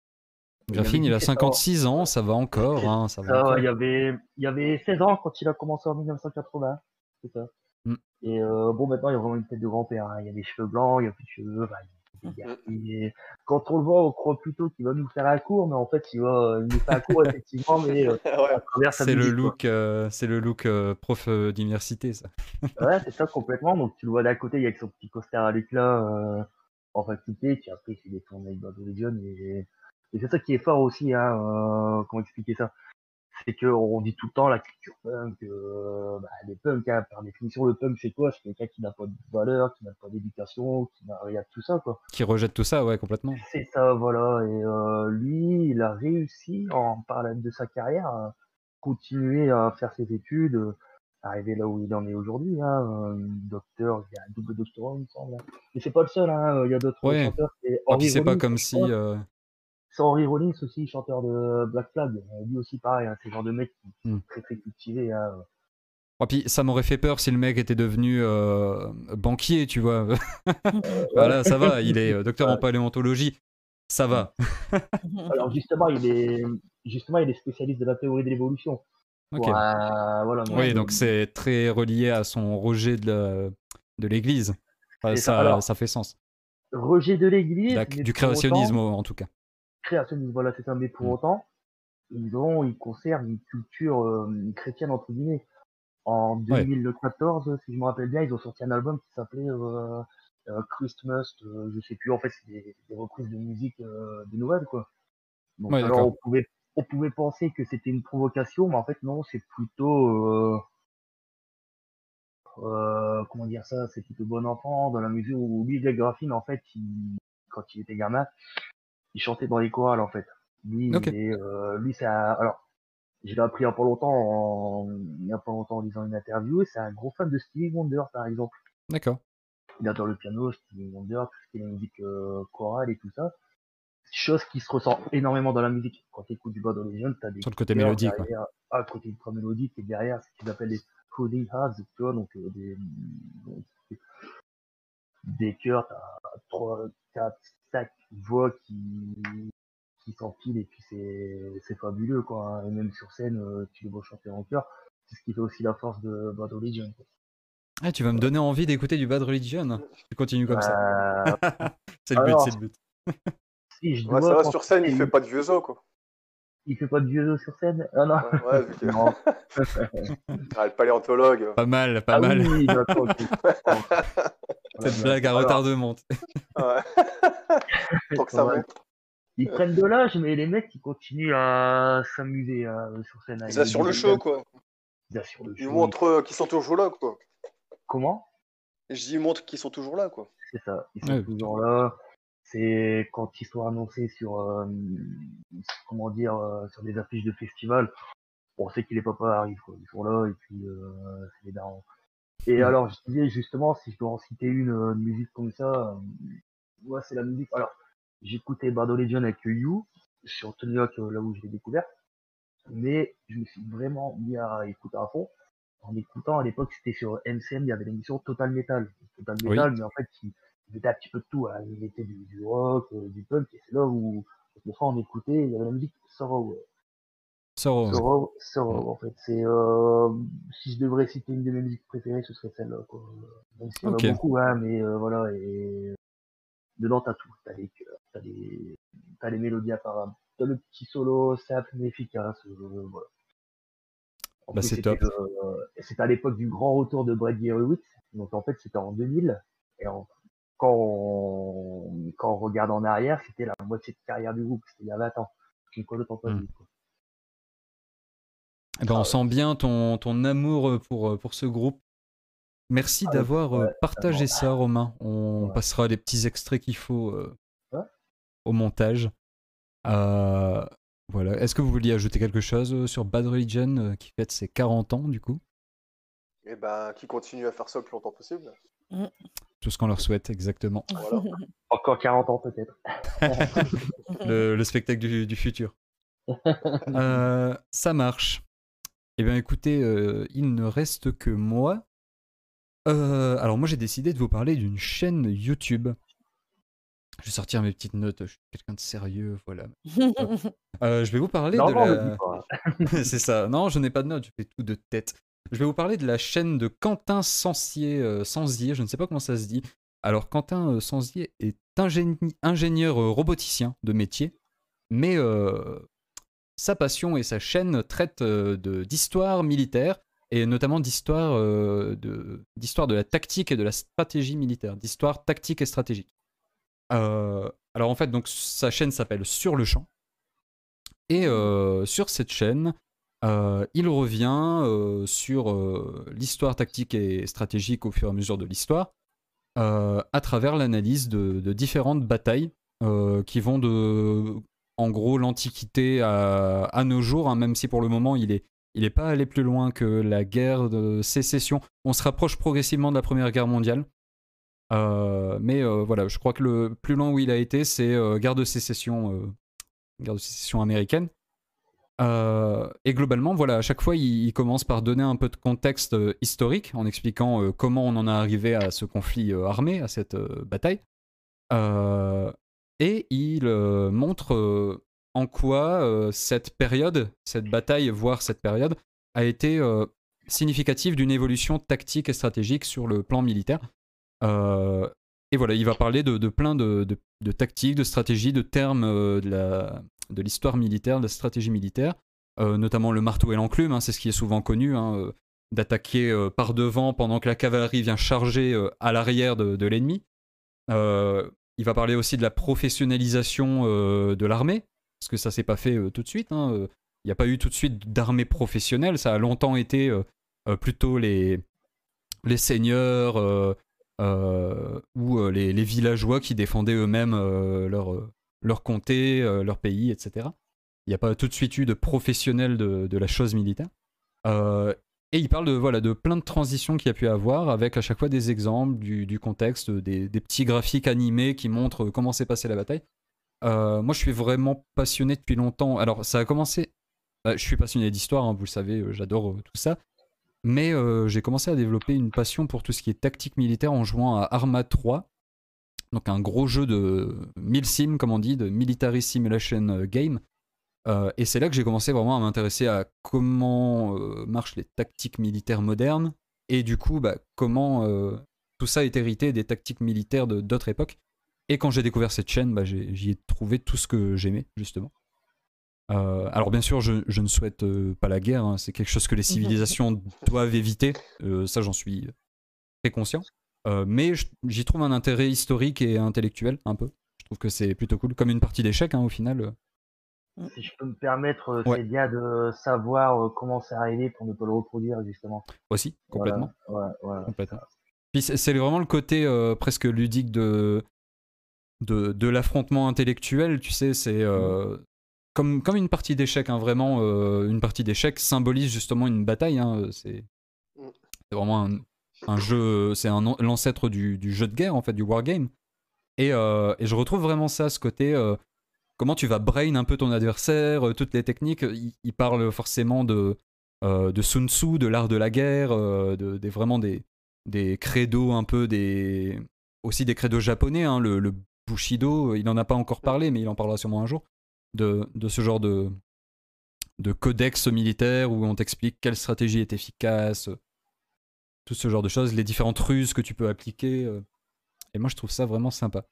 Il avait Graphine, il a 17 ans. 56 ans, ça va encore, C'est hein, ça va ça, encore. il y avait 16 ans quand il a commencé en 1980. C'est ça. Mm. Et bon, maintenant, il y a vraiment une tête de grand-père, hein. Il y a des cheveux blancs, il y a plus de cheveux, enfin, Mm. quand on le voit, on croit plutôt qu'il va nous faire un cours, mais en fait, il nous fait un cours, effectivement, mais à Ouais. travers sa musique, quoi. C'est le look prof d'université, ça. Ouais, c'est ça, complètement. Donc, tu le vois d'un côté, il y a avec son petit costard à l'éclat, en faculté, puis après, il fait des tournées avec Bad Religion, et c'est ça qui est fort aussi, hein, comment expliquer ça? C'est qu'on dit tout le temps la culture punk, bah, les punks, hein, par définition, le punk, c'est quoi? C'est quelqu'un qui n'a pas de valeur, qui n'a pas d'éducation, qui n'a rien de tout ça, quoi. Qui rejette tout ça, ouais, complètement. C'est ça, voilà. Et lui, il a réussi, en parallèle de sa carrière, à continuer à faire ses études, arriver là où il en est aujourd'hui, hein, docteur, il y a un double doctorat, il me semble, hein. Mais c'est pas le seul, hein, il y a d'autres Ouais. chanteurs, c'est Ah, puis Henry c'est pas Rollins, comme je si. crois. C'est Henry Rollins aussi, chanteur de Black Flag. Lui aussi, pareil, hein, c'est le genre de mecs qui sont Hmm. très très cultivés, hein. Ah, puis ça m'aurait fait peur si le mec était devenu banquier, tu vois. Voilà, ça va, il est docteur en Ouais. paléontologie, ça va. Alors justement, il est spécialiste de la théorie de l'évolution. Ok. Voilà, donc Oui, donc c'est très relié à son rejet de l'Église. c'est ça. Ça Alors, fait sens. rejet de l'Église, mais Du pour créationnisme, autant, en tout cas. créationnisme, voilà, c'est ça. Mais pour Hmm. autant, ils conservent une culture chrétienne entre guillemets. En Ouais. 2014, si je me rappelle bien, ils ont sorti un album qui s'appelait Christmas, je sais plus. En fait, c'est des reprises de musique de Noël, quoi. Donc Ouais, alors d'accord. on pouvait penser que c'était une provocation, mais en fait non, c'est plutôt comment dire ça, c'est plutôt bon enfant dans la mesure où lui, Greg Graffin, en fait, quand il était gamin, il chantait dans les chorales en fait. Ok, Lui c'est alors je l'ai appris il y a pas longtemps en lisant une interview, et c'est un gros fan de Stevie Wonder par exemple. d'accord. Il adore le piano, Stevie Wonder, tout ce qui est la musique chorale et tout ça. Chose qui se ressent énormément dans la musique. Quand tu écoutes du Bad Religion, tu as des Sur le côté chœurs mélodie, quoi. derrière, à côté du corps mélodique, et derrière ce qu'ils appellent les coding halves, tu vois, donc des chœurs, t'as 3, 4, 5 voix qui s'empilent, et puis c'est fabuleux, quoi, hein. Et même sur scène, tu les vois chanter en chœur. C'est ce qui fait aussi la force de Bad Religion, quoi. Ah, tu vas me donner envie d'écouter du Bad Religion. Tu continues comme ça. Euh, C'est le but, c'est alors, le but. si je Ouais, ça dois va, t'en sur scène, citer il fait une, pas de vieux os, quoi. il fait pas de vieux os sur scène? Ah non, Ouais, ouais, vu que. non. Ah, le paléontologue. Pas mal, pas Ah mal. oui, d'accord, ok. Oh, Cette voilà. blague à Alors, retardement. Ouais. Tant que ça ouais, monte. ils prennent de l'âge, mais les mecs, ils continuent à s'amuser hein, sur scène. Hein. Ils assurent le show, quoi. Ils assurent le Ils show. montrent qu'ils sont toujours là, quoi. Comment? Et je dis, ils montrent qu'ils sont toujours là, quoi. C'est ça, ils sont Ouais, toujours là. C'est quand ils sont annoncés sur, comment dire, sur des affiches de festival, on sait que les papas arrivent, quoi. Ils sont là, et puis c'est les darons. Et Mhm. alors, je disais justement, si je dois en citer une musique comme ça, ouais, c'est la musique. Alors, j'écoutais Bad Religion avec You sur Tony Hawk, là où je l'ai découvert, mais je me suis vraiment mis à écouter à fond. En écoutant, à l'époque, c'était sur MCM, il y avait l'émission Total Metal. Total Oui, Metal, mais en fait, il mettait un petit peu de tout, hein. Il mettait du rock, du punk, et c'est là où, des fois, on écoutait, il y avait la musique Sorrow. Soro, ouais. Sorrow, en fait. Si je devrais citer une de mes musiques préférées, ce serait celle-là, quoi. Même s'il y en a Ok. beaucoup, hein, mais voilà, et dedans, t'as tout. T'as les chœurs, t'as les mélodies apparemment. T'as le petit solo simple mais efficace, voilà. En Bah plus, c'est top. c'était à l'époque du grand retour de Brady Hewitt. Donc en fait, c'était en 2000. Et quand on regarde en arrière, c'était la moitié de carrière du groupe. C'était il y a 20 ans. Une colle autant pas Hmm. vite, quoi. Eh ben, on Ah sent bien ton amour pour ce groupe. Merci ouais, d'avoir ouais, partagé ça, Romain. On ouais. passera les petits extraits qu'il faut Ouais. au montage. Euh, voilà. Est-ce que vous vouliez ajouter quelque chose sur Bad Religion qui fête ses 40 ans du coup? Et ben, qui continue à faire ça le plus longtemps possible. Tout ce qu'on leur souhaite, exactement. Voilà. Encore 40 ans peut-être. Le spectacle du futur. Ça marche. Eh bien écoutez, il ne reste que moi. Alors moi j'ai décidé de vous parler d'une chaîne YouTube. Je vais sortir mes petites notes, je suis quelqu'un de sérieux, voilà. Je vais vous parler Non, de non, le dis la... pas. C'est ça, non je n'ai pas de notes, je fais tout de tête. Je vais vous parler de la chaîne de Quentin Sansier, Sansier, je ne sais pas comment ça se dit. Alors Quentin Sansier est ingénieur roboticien de métier, mais sa passion et sa chaîne traitent d'histoire militaire, et notamment d'histoire de la tactique et de la stratégie militaire, d'histoire tactique et stratégique. Alors en fait, donc sa chaîne s'appelle Sur le champ. Et sur cette chaîne, il revient sur l'histoire tactique et stratégique au fur et à mesure de l'histoire, à travers l'analyse de différentes batailles qui vont de, en gros, l'Antiquité à nos jours, hein, même si pour le moment il est pas allé plus loin que la guerre de sécession. On se rapproche progressivement de la Première Guerre mondiale. Mais voilà, je crois que le plus loin où il a été, c'est guerre de sécession américaine. Et globalement, voilà, à chaque fois, il commence par donner un peu de contexte historique en expliquant comment on en est arrivé à ce conflit armé, à cette bataille. Et il montre en quoi cette période, cette bataille, voire cette période, a été significative d'une évolution tactique et stratégique sur le plan militaire. Et voilà, il va parler de plein de tactiques, de stratégies, de termes de l'histoire militaire, de la stratégie militaire, notamment le marteau et l'enclume, hein, c'est ce qui est souvent connu, hein, d'attaquer par devant pendant que la cavalerie vient charger à l'arrière de l'ennemi. Il va parler aussi de la professionnalisation de l'armée, parce que ça s'est pas fait tout de suite. Il n'y a pas eu tout de suite d'armée professionnelle, ça a longtemps été plutôt les seigneurs ou les villageois qui défendaient eux-mêmes leur comté, leur pays, etc. Il n'y a pas tout de suite eu de professionnels de la chose militaire. Et il parle de plein de transitions qu'il y a pu avoir, avec à chaque fois des exemples, du contexte, des petits graphiques animés qui montrent comment s'est passée la bataille. Moi, je suis vraiment passionné depuis longtemps. Alors, ça a commencé... je suis passionné d'histoire, hein, vous le savez, j'adore tout ça. Mais j'ai commencé à développer une passion pour tout ce qui est tactique militaire en jouant à Arma 3, donc un gros jeu de milsim, comme on dit, de Military Simulation Game. Et c'est là que j'ai commencé vraiment à m'intéresser à comment marchent les tactiques militaires modernes, et du coup, comment tout ça est hérité des tactiques militaires d'autres époques. Et quand j'ai découvert cette chaîne, j'y ai trouvé tout ce que j'aimais, justement. Alors bien sûr, je ne souhaite pas la guerre, hein, c'est quelque chose que les civilisations doivent éviter, ça j'en suis très conscient. Mais j'y trouve un intérêt historique et intellectuel, un peu. Je trouve que c'est plutôt cool, comme une partie d'échecs, hein, au final. Si je peux me permettre, Ouais. c'est bien de savoir comment c'est arrivé pour ne pas le reproduire, justement. Aussi, complètement. Voilà. Complètement. Puis c'est vraiment le côté presque ludique de l'affrontement intellectuel, tu sais, c'est comme une partie d'échecs, hein, vraiment, une partie d'échecs symbolise justement une bataille, hein, c'est vraiment un jeu, c'est l'ancêtre du jeu de guerre, en fait, du wargame. Et je retrouve vraiment ça, ce côté, comment tu vas brain un peu ton adversaire, toutes les techniques. Il parle forcément de Sun Tzu, de l'art de la guerre, vraiment des credos un peu, aussi des credos japonais, hein, le Bushido, il n'en a pas encore parlé, mais il en parlera sûrement un jour, de ce genre de codex militaire où on t'explique quelle stratégie est efficace, tout ce genre de choses, les différentes ruses que tu peux appliquer. Et moi, je trouve ça vraiment sympa.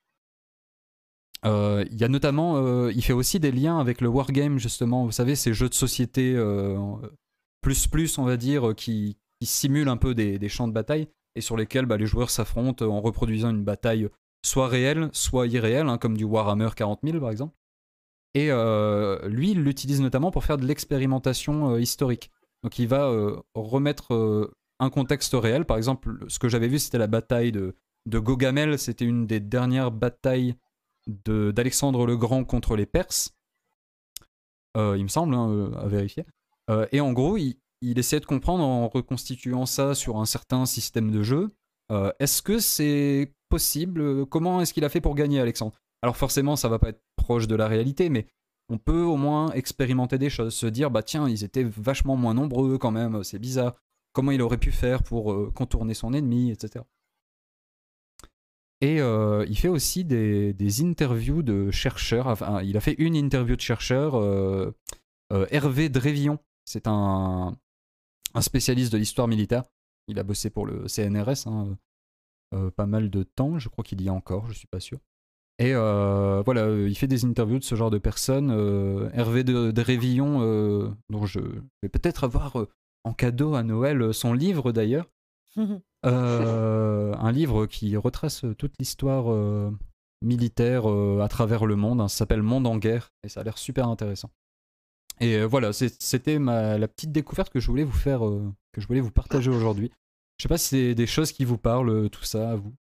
Il y a notamment, il fait aussi des liens avec le wargame, justement, vous savez, ces jeux de société on va dire, qui simulent un peu des champs de bataille et sur lesquels les joueurs s'affrontent en reproduisant une bataille soit réelle, soit irréelle, hein, comme du Warhammer 40 000 par exemple. Et lui, il l'utilise notamment pour faire de l'expérimentation historique. Donc il va remettre un contexte réel. Par exemple, ce que j'avais vu, c'était la bataille de Gaugamel. C'était une des dernières batailles d'Alexandre le Grand contre les Perses. Il me semble, hein, à vérifier. Et en gros, il essayait de comprendre en reconstituant ça sur un certain système de jeu. Est-ce que c'est possible? Comment est-ce qu'il a fait pour gagner, Alexandre? Alors forcément, ça va pas être proche de la réalité, mais on peut au moins expérimenter des choses, se dire, bah tiens, ils étaient vachement moins nombreux quand même, c'est bizarre. Comment il aurait pu faire pour contourner son ennemi, etc. Et il fait aussi des interviews de chercheurs. Enfin, il a fait une interview de chercheur, Hervé Drévillon. C'est un spécialiste de l'histoire militaire. Il a bossé pour le CNRS pas mal de temps. Je crois qu'il y a encore, je suis pas sûr. Et voilà, il fait des interviews de ce genre de personnes. Hervé Drévillon, dont je vais peut-être avoir en cadeau à Noël son livre d'ailleurs. Un livre qui retrace toute l'histoire militaire à travers le monde. Ça s'appelle Monde en guerre et ça a l'air super intéressant. Et voilà, c'était la petite découverte que je voulais vous faire, que je voulais vous partager aujourd'hui. Je sais pas si c'est des choses qui vous parlent, tout ça, à vous.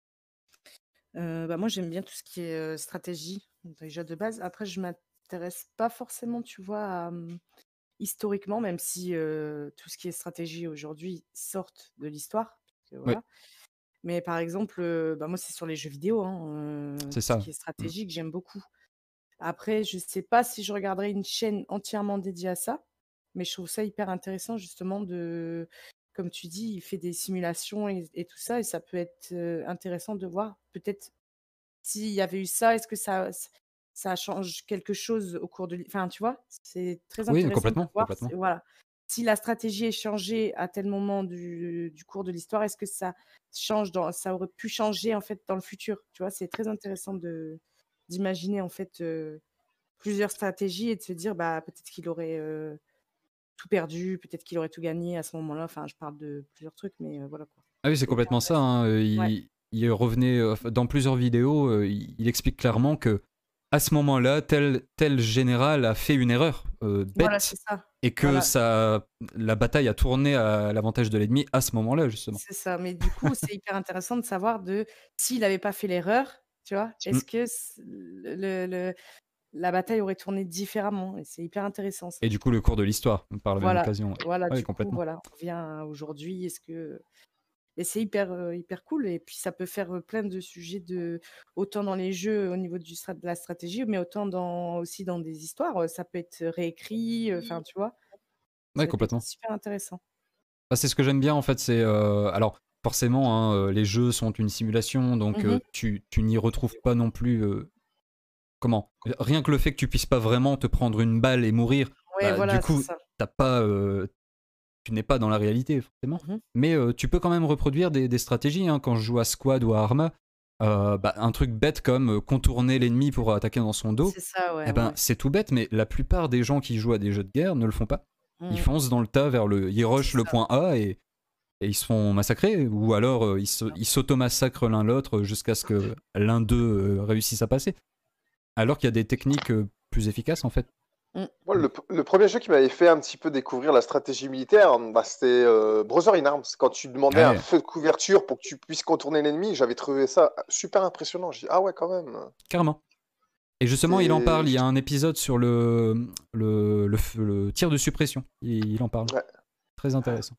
Moi, j'aime bien tout ce qui est stratégie, déjà de base. Après, je m'intéresse pas forcément, tu vois, historiquement, même si tout ce qui est stratégie aujourd'hui sortent de l'histoire. Oui, Voilà. Mais par exemple, moi, c'est sur les jeux vidéo, hein, c'est tout ce ça. qui est stratégique, j'aime beaucoup. Après, je sais pas si je regarderai une chaîne entièrement dédiée à ça, mais je trouve ça hyper intéressant justement de, comme tu dis, il fait des simulations et tout ça, et ça peut être intéressant de voir peut-être s'il y avait eu ça, est-ce que ça change quelque chose au cours de enfin, tu vois? C'est très Oui, intéressant de complètement, voir complètement. voilà, si la stratégie est changée à tel moment du cours de l'histoire, est-ce que ça aurait pu changer, en fait, dans le futur, tu vois? C'est très intéressant d'imaginer, en fait, plusieurs stratégies et de se dire, bah, peut-être qu'il aurait, tout perdu, peut-être qu'il aurait tout gagné à ce moment-là. Enfin, je parle de plusieurs trucs, mais voilà, quoi. Ah oui, c'est C'est hyper complètement ça. intéressant. Hein. Ouais, Il revenait dans plusieurs vidéos, il explique clairement que à ce moment-là, tel général a fait une erreur voilà, bête c'est ça. et que Voilà. la bataille a tourné à l'avantage de l'ennemi à ce moment-là, justement. C'est ça, mais du coup, c'est hyper intéressant de savoir s'il n'avait pas fait l'erreur, tu vois? Mm. Est-ce que la bataille aurait tourné différemment? Et c'est hyper intéressant ça. Et du coup, le cours de l'histoire, par la même Voilà, occasion. voilà, Oui, du coup, complètement. voilà, on revient à aujourd'hui. Et c'est hyper cool et puis ça peut faire, plein de sujets autant dans les jeux au niveau de la stratégie, mais autant aussi dans des histoires, ça peut être réécrit, enfin, tu vois? Oui, Ça peut être complètement. super intéressant. Bah, c'est ce que j'aime bien, en fait. C'est alors, forcément, hein, les jeux sont une simulation, donc Mmh. tu n'y retrouves pas non plus. Comment? Rien que le fait que tu puisses pas vraiment te prendre une balle et mourir, Ouais, bah, du voilà, c'est coup, ça. t'as pas, tu n'es pas dans la réalité, forcément. Mmh. Mais tu peux quand même reproduire des stratégies. Hein. Quand je joue à Squad ou à Arma, un truc bête comme contourner l'ennemi pour attaquer dans son dos, C'est ça, ouais, eh ben, ouais. c'est tout bête, mais la plupart des gens qui jouent à des jeux de guerre ne le font pas. Ils Mmh. foncent dans le tas ils C'est rushent le ça, point A et ils se font massacrer, ou alors c'est ça. ils s'automassacrent l'un l'autre jusqu'à ce que l'un d'eux réussisse à passer. Alors qu'il y a des techniques plus efficaces en fait. Mmh. Moi, le premier jeu qui m'avait fait un petit peu découvrir la stratégie militaire, c'était Brother in Arms. Quand tu demandais un Ouais, feu de couverture pour que tu puisses contourner l'ennemi, j'avais trouvé ça super impressionnant. J'ai dit, ah ouais, quand même. carrément. Et justement, il en C'est... parle. Il y a un épisode sur le tir de suppression. Il en parle. Ouais. Très intéressant.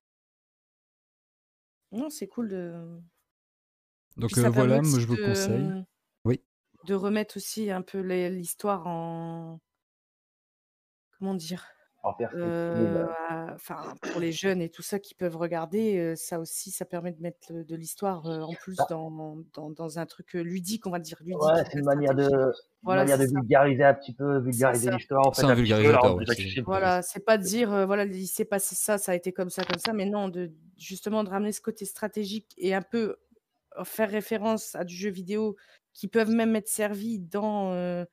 Non, c'est cool de Donc puis ça permet voilà, moi aussi je vous conseille. Oui. de remettre aussi un peu l'histoire en comment dire? En perspective. Enfin, pour les jeunes et tout ça qui peuvent regarder, ça aussi, ça permet de mettre de l'histoire, en plus Bah, dans un truc, ludique, on va dire ludique, ouais, de c'est la une stratégie. une Voilà, manière c'est de ça, vulgariser un petit peu, c'est vulgariser ça. l'histoire, en C'est fait, un un petit peu, la vulgarisateur, rendre ouais. plus accessible. Voilà, c'est pas de dire, voilà, il s'est passé ça, ça a été comme ça, mais non, justement de ramener ce côté stratégique et un peu faire référence à du jeu vidéo qui peuvent même être servis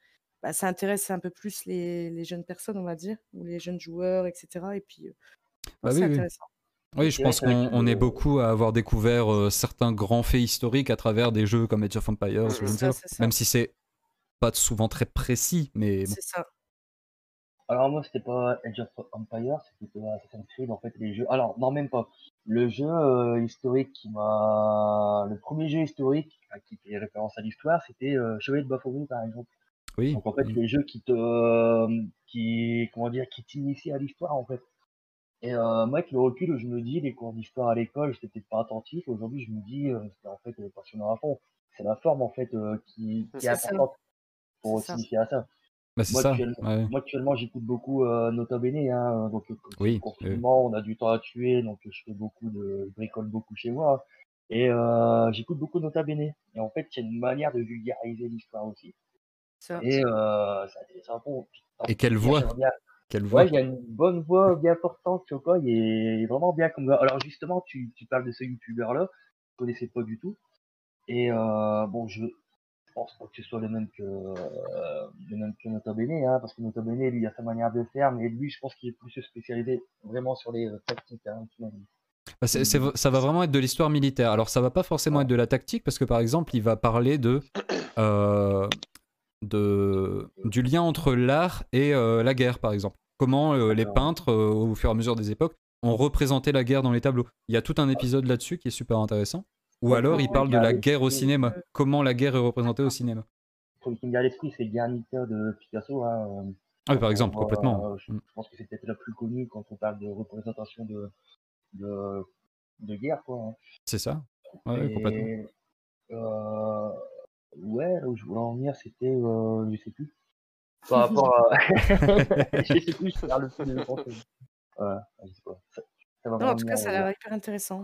ça intéresse un peu plus les jeunes personnes, on va dire, ou les jeunes joueurs, etc. Et puis, Bah c'est oui, oui. intéressant. Oui, Et je c'est vrai pense qu'avec qu'on est le... beaucoup à avoir découvert certains grands faits historiques à travers des jeux comme Age of Empires C'est ou je ne sais ça, pas. c'est ça. Même si c'est pas souvent très précis, mais bon. C'est ça. Alors moi, c'était pas Age of Empires, c'était plutôt Assassin's Creed, en fait, les jeux... Alors, non, même pas. Le jeu historique Le premier jeu historique qui fait référence à l'histoire, c'était Chevalier de Baphomet, par exemple. Oui. Donc, en fait, les jeux comment dire, qui t'initient à l'histoire, en fait. Et moi, avec le recul, je me dis, les cours d'histoire à l'école, j'étais peut-être pas attentif. Aujourd'hui, je me dis, c'était en fait passionnant à fond. C'est la forme, en fait, qui est C'est ça. importante C'est pour ça. s'initier à ça. Bah, c'est Moi, ça. actuellement, Ouais. moi, actuellement, j'écoute beaucoup Nota Bene, hein, donc comme c'est le Oui. confinement, on a du temps à tuer, donc je bricole beaucoup chez moi. Et j'écoute beaucoup Nota Bene. Et en fait, il y a une manière de vulgariser l'histoire aussi. Ça. Et c'est intéressant à fond. Et quelle voix. Quelle Ouais, voix. il y a une bonne voix bien portante, tu vois, il est vraiment bien comme gars. Alors justement, tu parles de ce youtubeur-là, je connaissais pas du tout. Et bon, je pense pas que ce soit le même que Nota Bene, hein, parce que Nota Bene, lui, il a sa manière de faire, mais lui, je pense qu'il est plus spécialisé vraiment sur les tactiques, hein, tu m'as dit. Bah, ça va vraiment être de l'histoire militaire. Alors ça va pas forcément être de la tactique parce que par exemple il va parler du lien entre l'art et la guerre par exemple. Comment les D'accord. peintres au fur et à mesure des époques ont représenté la guerre dans les tableaux. Il y a tout un épisode là-dessus qui est super intéressant. Ou alors il parle de la guerre au cinéma. Comment la guerre est représentée au cinéma. Pour qui me vient à l'esprit, c'est Guernica de Picasso. Hein, Ah oui, par exemple, complètement. je pense que c'est peut-être la plus connue quand on parle de représentation de guerre, quoi. Hein. C'est ça. Ouais, complètement. Ouais, là où je voulais en venir, c'était, je sais plus. Par rapport à, je sais plus, je regarde le film de pensée. Voilà, je sais pas. Ça va Non, en vraiment tout cas, venir, ça a l'air hyper intéressant.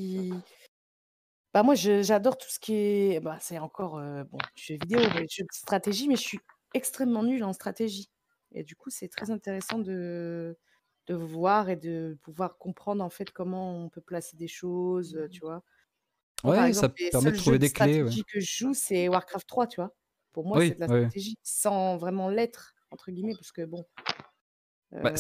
Moi, j'adore tout ce qui est. C'est encore du jeu vidéo, mais jeu de stratégie, mais je suis extrêmement nulle en stratégie. Et du coup, c'est très intéressant de voir et de pouvoir comprendre en fait comment on peut placer des choses, tu vois. Moi, par Ouais, ça exemple, les permet de seuls jeux trouver de des clés. Ouais. stratégie que je joue, c'est Warcraft 3, tu vois. Pour moi, c'est Oui, de la ouais. stratégie sans vraiment l'être, entre guillemets, parce que bon. Bah,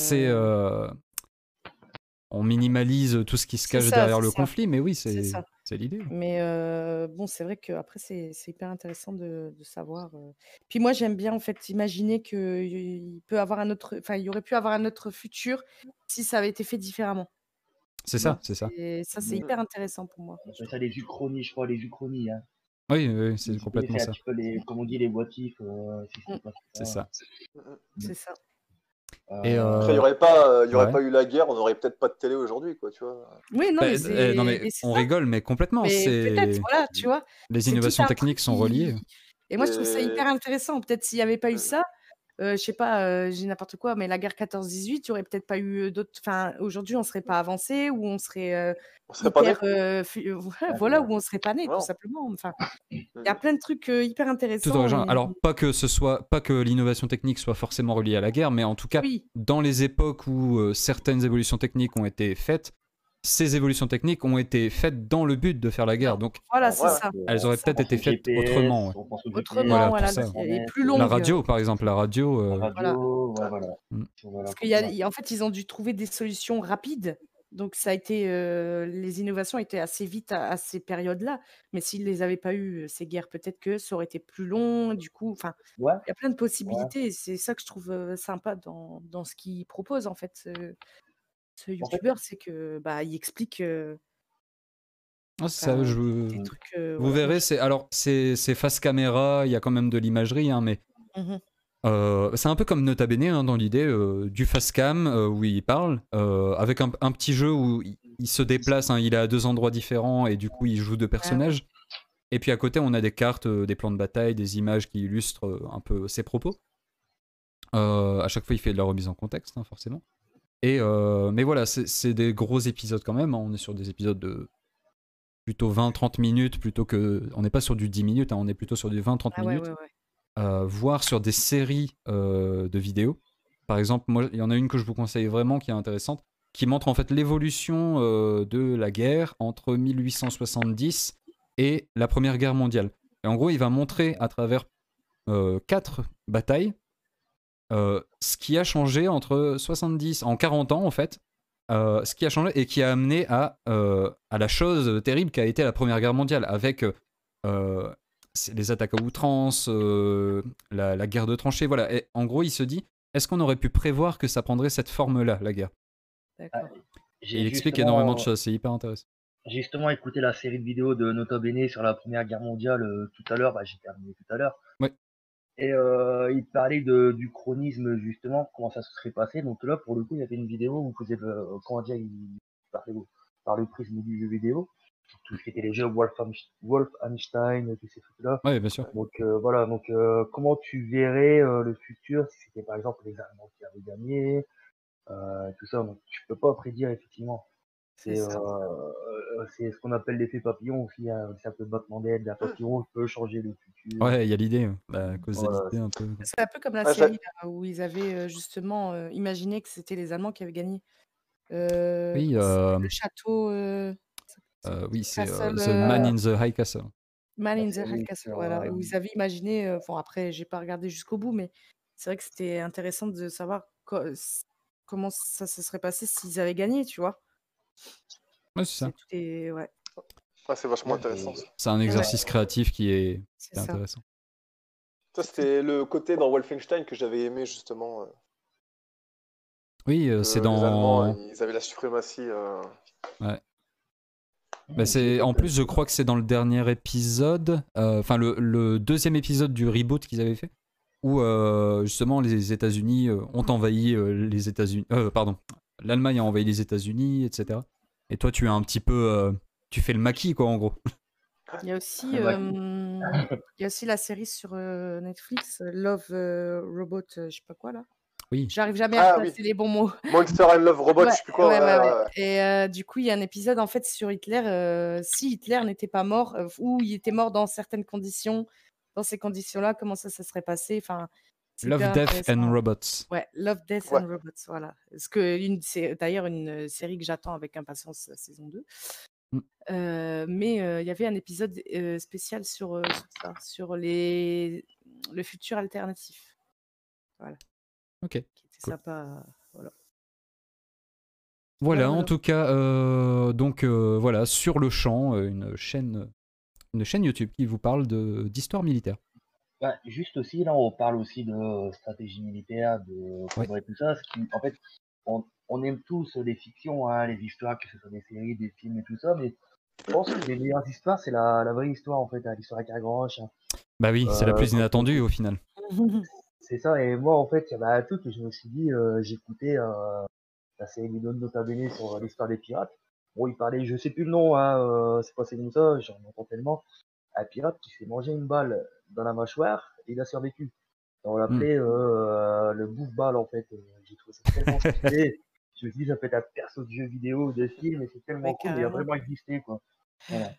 on minimalise tout ce qui se C'est cache ça, derrière c'est le ça. conflit, mais oui, C'est ça. c'est l'idée. Mais bon, c'est vrai qu'après, c'est hyper intéressant de savoir. Puis moi, j'aime bien en fait imaginer qu'il peut avoir un autre, enfin, il y aurait pu avoir un autre futur si ça avait été fait différemment. C'est Tu vois. ça, c'est ça. Et ça, c'est hyper intéressant pour moi. on appelle ça les uchronies, je crois, les uchronies, hein. Oui, oui, c'est Tu complètement connaissais un ça. petit peu comme on dit, les what if, si c'était pas C'est ça. C'est ça. Et Après, il n'y aurait pas eu la guerre, on n'aurait peut-être pas de télé aujourd'hui, quoi, tu vois. Oui, non, bah, mais c'est. non, mais mais c'est on ça. rigole, mais complètement. Mais peut-être, voilà, tu vois. Les C'est tout innovations un truc techniques sont reliées. Et moi, je trouve ça hyper intéressant. Peut-être s'il n'y avait pas eu ça, je sais pas, j'ai n'importe quoi, mais la guerre 14-18, il n'y aurait peut-être pas eu d'autres. Enfin, aujourd'hui, on ne serait pas avancé ou on serait On serait pas hyper. né. Voilà, ou on ne serait pas né, Non. tout simplement. Enfin, il y a plein de trucs hyper Tout intéressants. original. Alors, pas que l'innovation technique soit forcément reliée à la guerre, mais en tout cas, Oui, dans les époques où certaines évolutions techniques ont été faites, ces évolutions techniques ont été faites dans le but de faire la guerre. Donc, voilà, Ouais, c'est ouais. ça. elles auraient peut-être été faites autrement. Ouais. On pense au Autrement, Voilà, voilà, pour ça. et plus La longue. radio, par exemple, la radio. La radio, ouais, voilà. Mm. Parce en fait, ils ont dû trouver des solutions rapides. Donc, ça a été, les innovations étaient assez vite à ces périodes-là. Mais s'ils les avaient pas eu, ces guerres, peut-être que ça aurait été plus long. Du coup, enfin, Ouais, il y a plein de possibilités. Et c'est ça que je trouve sympa dans ce qu'ils proposent, en fait, ce youtubeur, c'est que il explique Ah, c'est ça, des trucs. vous Voilà. verrez, c'est face caméra, il y a quand même de l'imagerie, hein, mais Mhm. c'est un peu comme Nota Bene hein, dans l'idée du face cam où il parle, avec un petit jeu où il se déplace, hein, il est à deux endroits différents et du coup il joue deux personnages. Et puis à côté on a des cartes, des plans de bataille, des images qui illustrent un peu ses propos. À chaque fois il fait de la remise en contexte, hein, forcément. Mais voilà, c'est des gros épisodes quand même, hein, on est sur des épisodes de plutôt 20-30 minutes, plutôt que... On n'est pas sur du 10 minutes, hein, on est plutôt sur du 20-30 minutes. Voire sur des séries de vidéos. Par exemple, moi, il y en a une que je vous conseille vraiment qui est intéressante, qui montre en fait l'évolution de la guerre entre 1870 et la Première Guerre mondiale. Et en gros, il va montrer à travers 4 batailles ce qui a changé entre 70, en 40 ans en fait, ce qui a changé et qui a amené à la chose terrible qu'a été la Première Guerre mondiale, avec les attaques à outrance, la guerre de tranchées, voilà. Et en gros, il se dit, est-ce qu'on aurait pu prévoir que ça prendrait cette forme-là, la guerre? D'accord. Et il explique énormément de choses, c'est hyper intéressant. J'ai justement écouté la série de vidéos de Nota Bene sur la Première Guerre mondiale tout à l'heure, j'ai terminé tout à l'heure. Ouais. Et il parlait du chronisme, justement, comment ça se serait passé. Donc là, pour le coup, il y avait une vidéo où il faisait, comment dire, il parlait par le prisme du jeu vidéo. Tout ce qui était les jeux Wolfenstein, tous ces trucs-là. Ouais, bien sûr. Donc voilà, donc comment tu verrais le futur si c'était par exemple les Allemands qui avaient gagné, tout ça. Donc tu peux pas prédire effectivement. C'est ça. C'est ce qu'on appelle l'effet papillon aussi, hein. C'est un peu battement d'aile, un papillon peut changer le futur. Ouais, il y a l'idée, la causalité Voilà. un peu. C'est un peu comme la Ah, série là, où ils avaient justement imaginé que c'était les Allemands qui avaient gagné. Oui, Comment ça s'appelle, le château. oui, c'est Castle, The Man in the High Castle. Man La in the série High Castle, sur, voilà. Et où ils avaient imaginé. Bon, après, j'ai pas regardé jusqu'au bout, mais c'est vrai que c'était intéressant de savoir comment ça se serait passé s'ils avaient gagné, tu vois. Ouais, c'est ça. C'est tout est... Ouais, Ah, c'est vachement Ouais, intéressant. c'est- Ça, C'est un exercice créatif qui est c'est ça. intéressant. Ça, c'était le côté dans Wolfenstein que j'avais aimé justement. Oui, c'est Les Allemands, dans. ils avaient la suprématie. Ouais. Mmh, Bah, j'ai en fait plus, je crois que c'est dans le dernier épisode, enfin le deuxième épisode du reboot qu'ils avaient fait, où justement les États-Unis ont envahi les États-Unis. Pardon, l'Allemagne a envahi les États-Unis, etc. Et toi, tu es un petit peu. Tu fais le maquis, quoi, en gros. Il y a aussi, Le maquis. il y a aussi la série sur Netflix, Love Robot, je sais pas quoi là. Oui. J'arrive jamais à Ah oui, placer les bons mots. Monster and Love Robot, Ouais, je sais plus quoi. ouais, ouais, ouais, ouais. ouais. Et du coup, il y a un épisode en fait sur Hitler. Si Hitler n'était pas mort, ou il était mort dans certaines conditions, dans ces conditions-là, comment ça serait passé? Enfin, c'est Love, hyper Death and intéressant. Robots. Ouais, Love, Death Ouais. and Robots, voilà. C'est d'ailleurs une série que j'attends avec impatience, la saison 2. Mm. Mais il y avait un épisode spécial sur ça, sur le futur alternatif. Voilà, Ok. qui était Cool. sympa. Voilà. Voilà, en Voilà. tout cas, donc voilà, Sur le champ, une chaîne YouTube qui vous parle d'histoire militaire. Bah, juste aussi, là, on parle aussi de stratégie militaire, de Ouais. combat et tout ça. En fait, on aime tous les fictions, hein, les histoires, que ce soit des séries, des films et tout ça, mais je pense que les meilleures histoires, c'est la vraie histoire, en fait, hein, l'histoire avec un grand H. Hein. Bah oui, c'est la plus Quand on- inattendue au final. C'est ça, et moi, en fait, il y avait un truc que je me suis dit, j'écoutais la série vidéo de Nota Bene sur l'histoire des pirates. Bon, il parlait, je sais plus le nom, hein, c'est passé comme ça, j'en entends tellement. Un pirate qui s'est mangé une balle dans la mâchoire et il a survécu. On l'appelait le bouffe-balle en fait. J'ai trouvé ça tellement stylé. Je me suis dit, ça peut être un perso de jeu vidéo ou de film, et c'est tellement Mais cool, mais il a carrément. vraiment existé quoi. Voilà.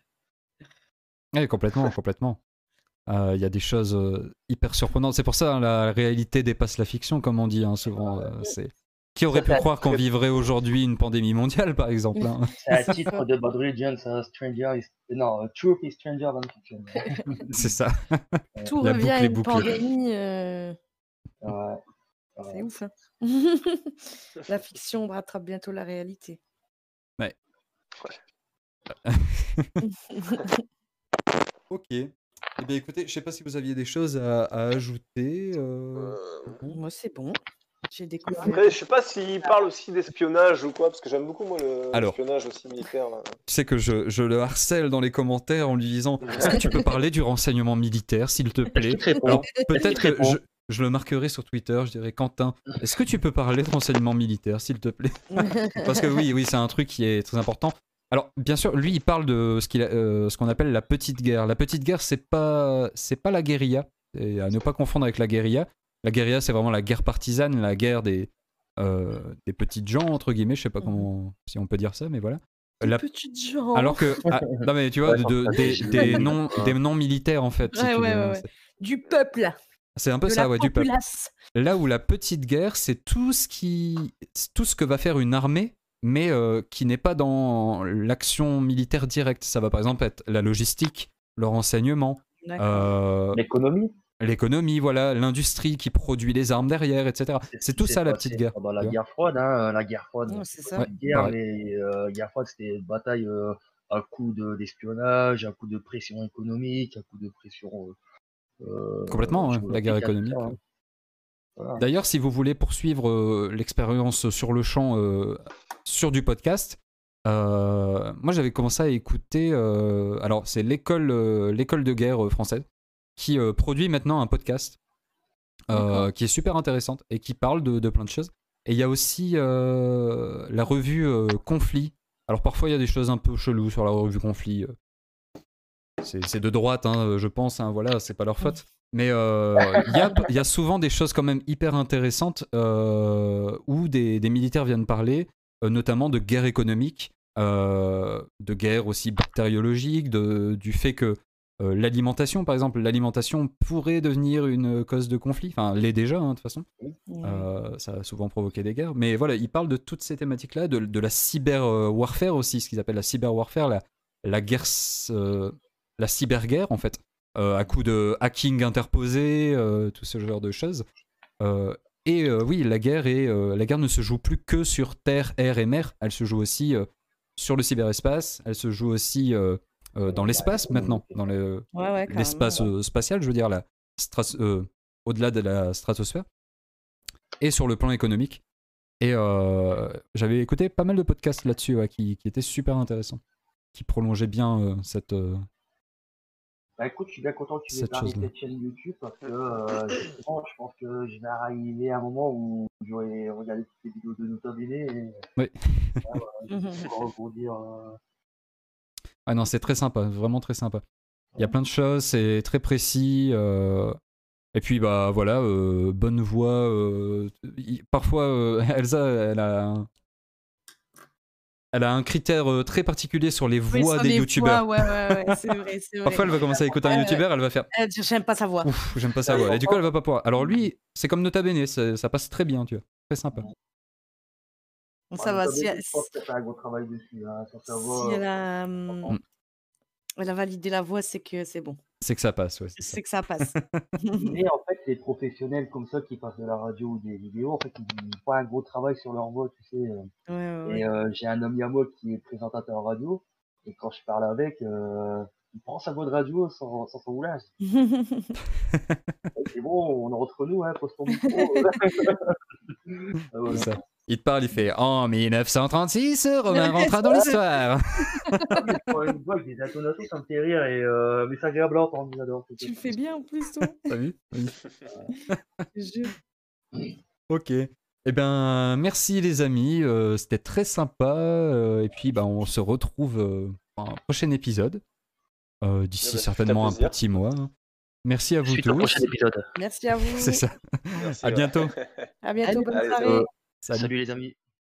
Ouais, complètement, complètement. Il y a des choses hyper surprenantes. C'est pour ça, hein, la réalité dépasse la fiction, comme on dit hein, souvent. Qui aurait pu croire qu'on vivrait aujourd'hui une pandémie mondiale, par exemple hein. C'est un titre de Bad Religion, ça, Truth is Stranger Than Fiction. C'est ça. Tout La revient boucle à est une bouclée. pandémie. Ouais. C'est ouf. Hein. La fiction rattrape bientôt la réalité. Ouais. Ok. Eh bien, écoutez, je sais pas si vous aviez des choses à ajouter. Bon. Moi, c'est bon. J'ai découvert. Après, je sais pas s'il parle aussi d'espionnage ou quoi, parce que j'aime beaucoup moi Alors. l'espionnage aussi militaire. Là. Tu sais que je le harcèle dans les commentaires en lui disant est-ce que tu peux parler du renseignement militaire, s'il te plaît? Alors, peut-être que je le marquerai sur Twitter, je dirais Quentin, est-ce que tu peux parler de renseignement militaire, s'il te plaît? Parce que oui, c'est un truc qui est très important. Alors, bien sûr, lui, il parle de ce qu'on appelle la petite guerre. La petite guerre, c'est pas la guérilla, et à ne pas confondre avec la guérilla. La guérilla, c'est vraiment la guerre partisane, la guerre des petites gens, entre guillemets, je sais pas comment, si on peut dire ça, mais voilà. Des petites gens. Alors que, non mais tu vois, des noms militaires en fait. Si tu veux, ouais. Du peuple. C'est un peu de ça, la ouais, du peuple. populace. Là où la petite guerre, c'est tout ce que va faire une armée, mais qui n'est pas dans l'action militaire directe. Ça va par exemple être la logistique, le renseignement, l'économie. l'économie, voilà, l'industrie qui produit les armes derrière, etc. C'est ce C'est qui tout s'est ça la passé petite guerre. pendant la tu vois. guerre froide, hein. La guerre froide, Ouais, c'est c'est pas ça. une guerre, pareil. mais guerre froide, c'était une bataille à coup d'espionnage, à coup de pression économique, à coup de pression Complètement, ouais, la guerre géographique, hein, tout économique. ça, hein. Voilà. D'ailleurs, si vous voulez poursuivre l'expérience sur le champ sur du podcast, moi j'avais commencé à écouter. Alors, c'est l'école de guerre française qui produit maintenant un podcast D'accord. qui est super intéressante et qui parle de plein de choses. Et il y a aussi la revue Conflit. Alors, parfois, il y a des choses un peu cheloues sur la revue Conflit. C'est de droite, hein, je pense, hein, voilà, c'est pas leur faute. Mais il y a souvent des choses quand même hyper intéressantes où des militaires viennent parler, notamment de guerre économique, de guerre aussi bactériologique, du fait que l'alimentation, par exemple, l'alimentation pourrait devenir une cause de conflit, enfin, l'est déjà, hein, de toute façon. Ouais. Ça a souvent provoqué des guerres. Mais voilà, ils parlent de toutes ces thématiques-là, de la cyber-warfare aussi, ce qu'ils appellent la cyber-warfare, la guerre, la cyberguerre en fait, à coup de hacking interposé, tout ce genre de choses. Oui, la guerre ne se joue plus que sur terre, air et mer. Elle se joue aussi sur le cyberespace. Elle se joue aussi dans l'espace maintenant, dans Ouais, l'espace carrément. spatial, je veux dire, au-delà de la stratosphère, et sur le plan économique. Et j'avais écouté pas mal de podcasts là-dessus qui étaient super intéressants, qui prolongeaient bien cette Bah écoute, je suis bien content que tu m'aies cette parlé de chose-là. cette chaîne YouTube parce que justement, je pense que je vais arriver à un moment où j'aurai regardé toutes les vidéos de nos abonnés et Oui. je vais pouvoir rebondir. Ah non, c'est très sympa, vraiment très sympa. Il y a plein de choses, c'est très précis. Et puis bah voilà, bonne voix. Parfois, Elsa, elle a un critère très particulier sur les Oui, voix sur des les youtubeurs. voix, ouais, c'est vrai, c'est vrai. Parfois, elle va commencer à écouter un youtubeur, elle va faire J'aime pas sa voix. ouf, j'aime pas sa voix. Et du coup, elle va pas pouvoir. Alors lui, c'est comme Nota Bene, ça passe très bien, tu vois. Très sympa. Ça va, si, Je pense que tu as fait un gros travail dessus, hein, sur sa si voix. elle a validé la voix, c'est que c'est bon. C'est que ça passe, ouais. C'est ça. C'est que ça passe. Mais en fait, les professionnels comme ça qui passent de la radio ou des vidéos, en fait, ils font un gros travail sur leur voix, tu sais. Ouais. Et j'ai un ami à moi qui est présentateur radio, et quand je parle avec, il prend sa voix de radio sans son moulage. C'est bon, on est entre nous, hein, pose ton micro. Voilà. C'est ça. Il te parle, il fait en 1936, Romain rentra dans l'histoire. Une voix avec des intonations, ça me fait rire, et mais c'est agréable à entendre, j'adore. Tu le fais bien en plus, toi. T'as vu? Oui. Je jure. Ok. Eh ben, merci les amis, c'était très sympa. Et puis, bah, on se retrouve pour un prochain épisode. D'ici certainement un petit mois. Merci à vous Suite au tous. prochain épisode. Merci à vous. C'est ça. Merci, À bientôt. À bientôt, bonne Allez, soirée. Salut. Salut les amis.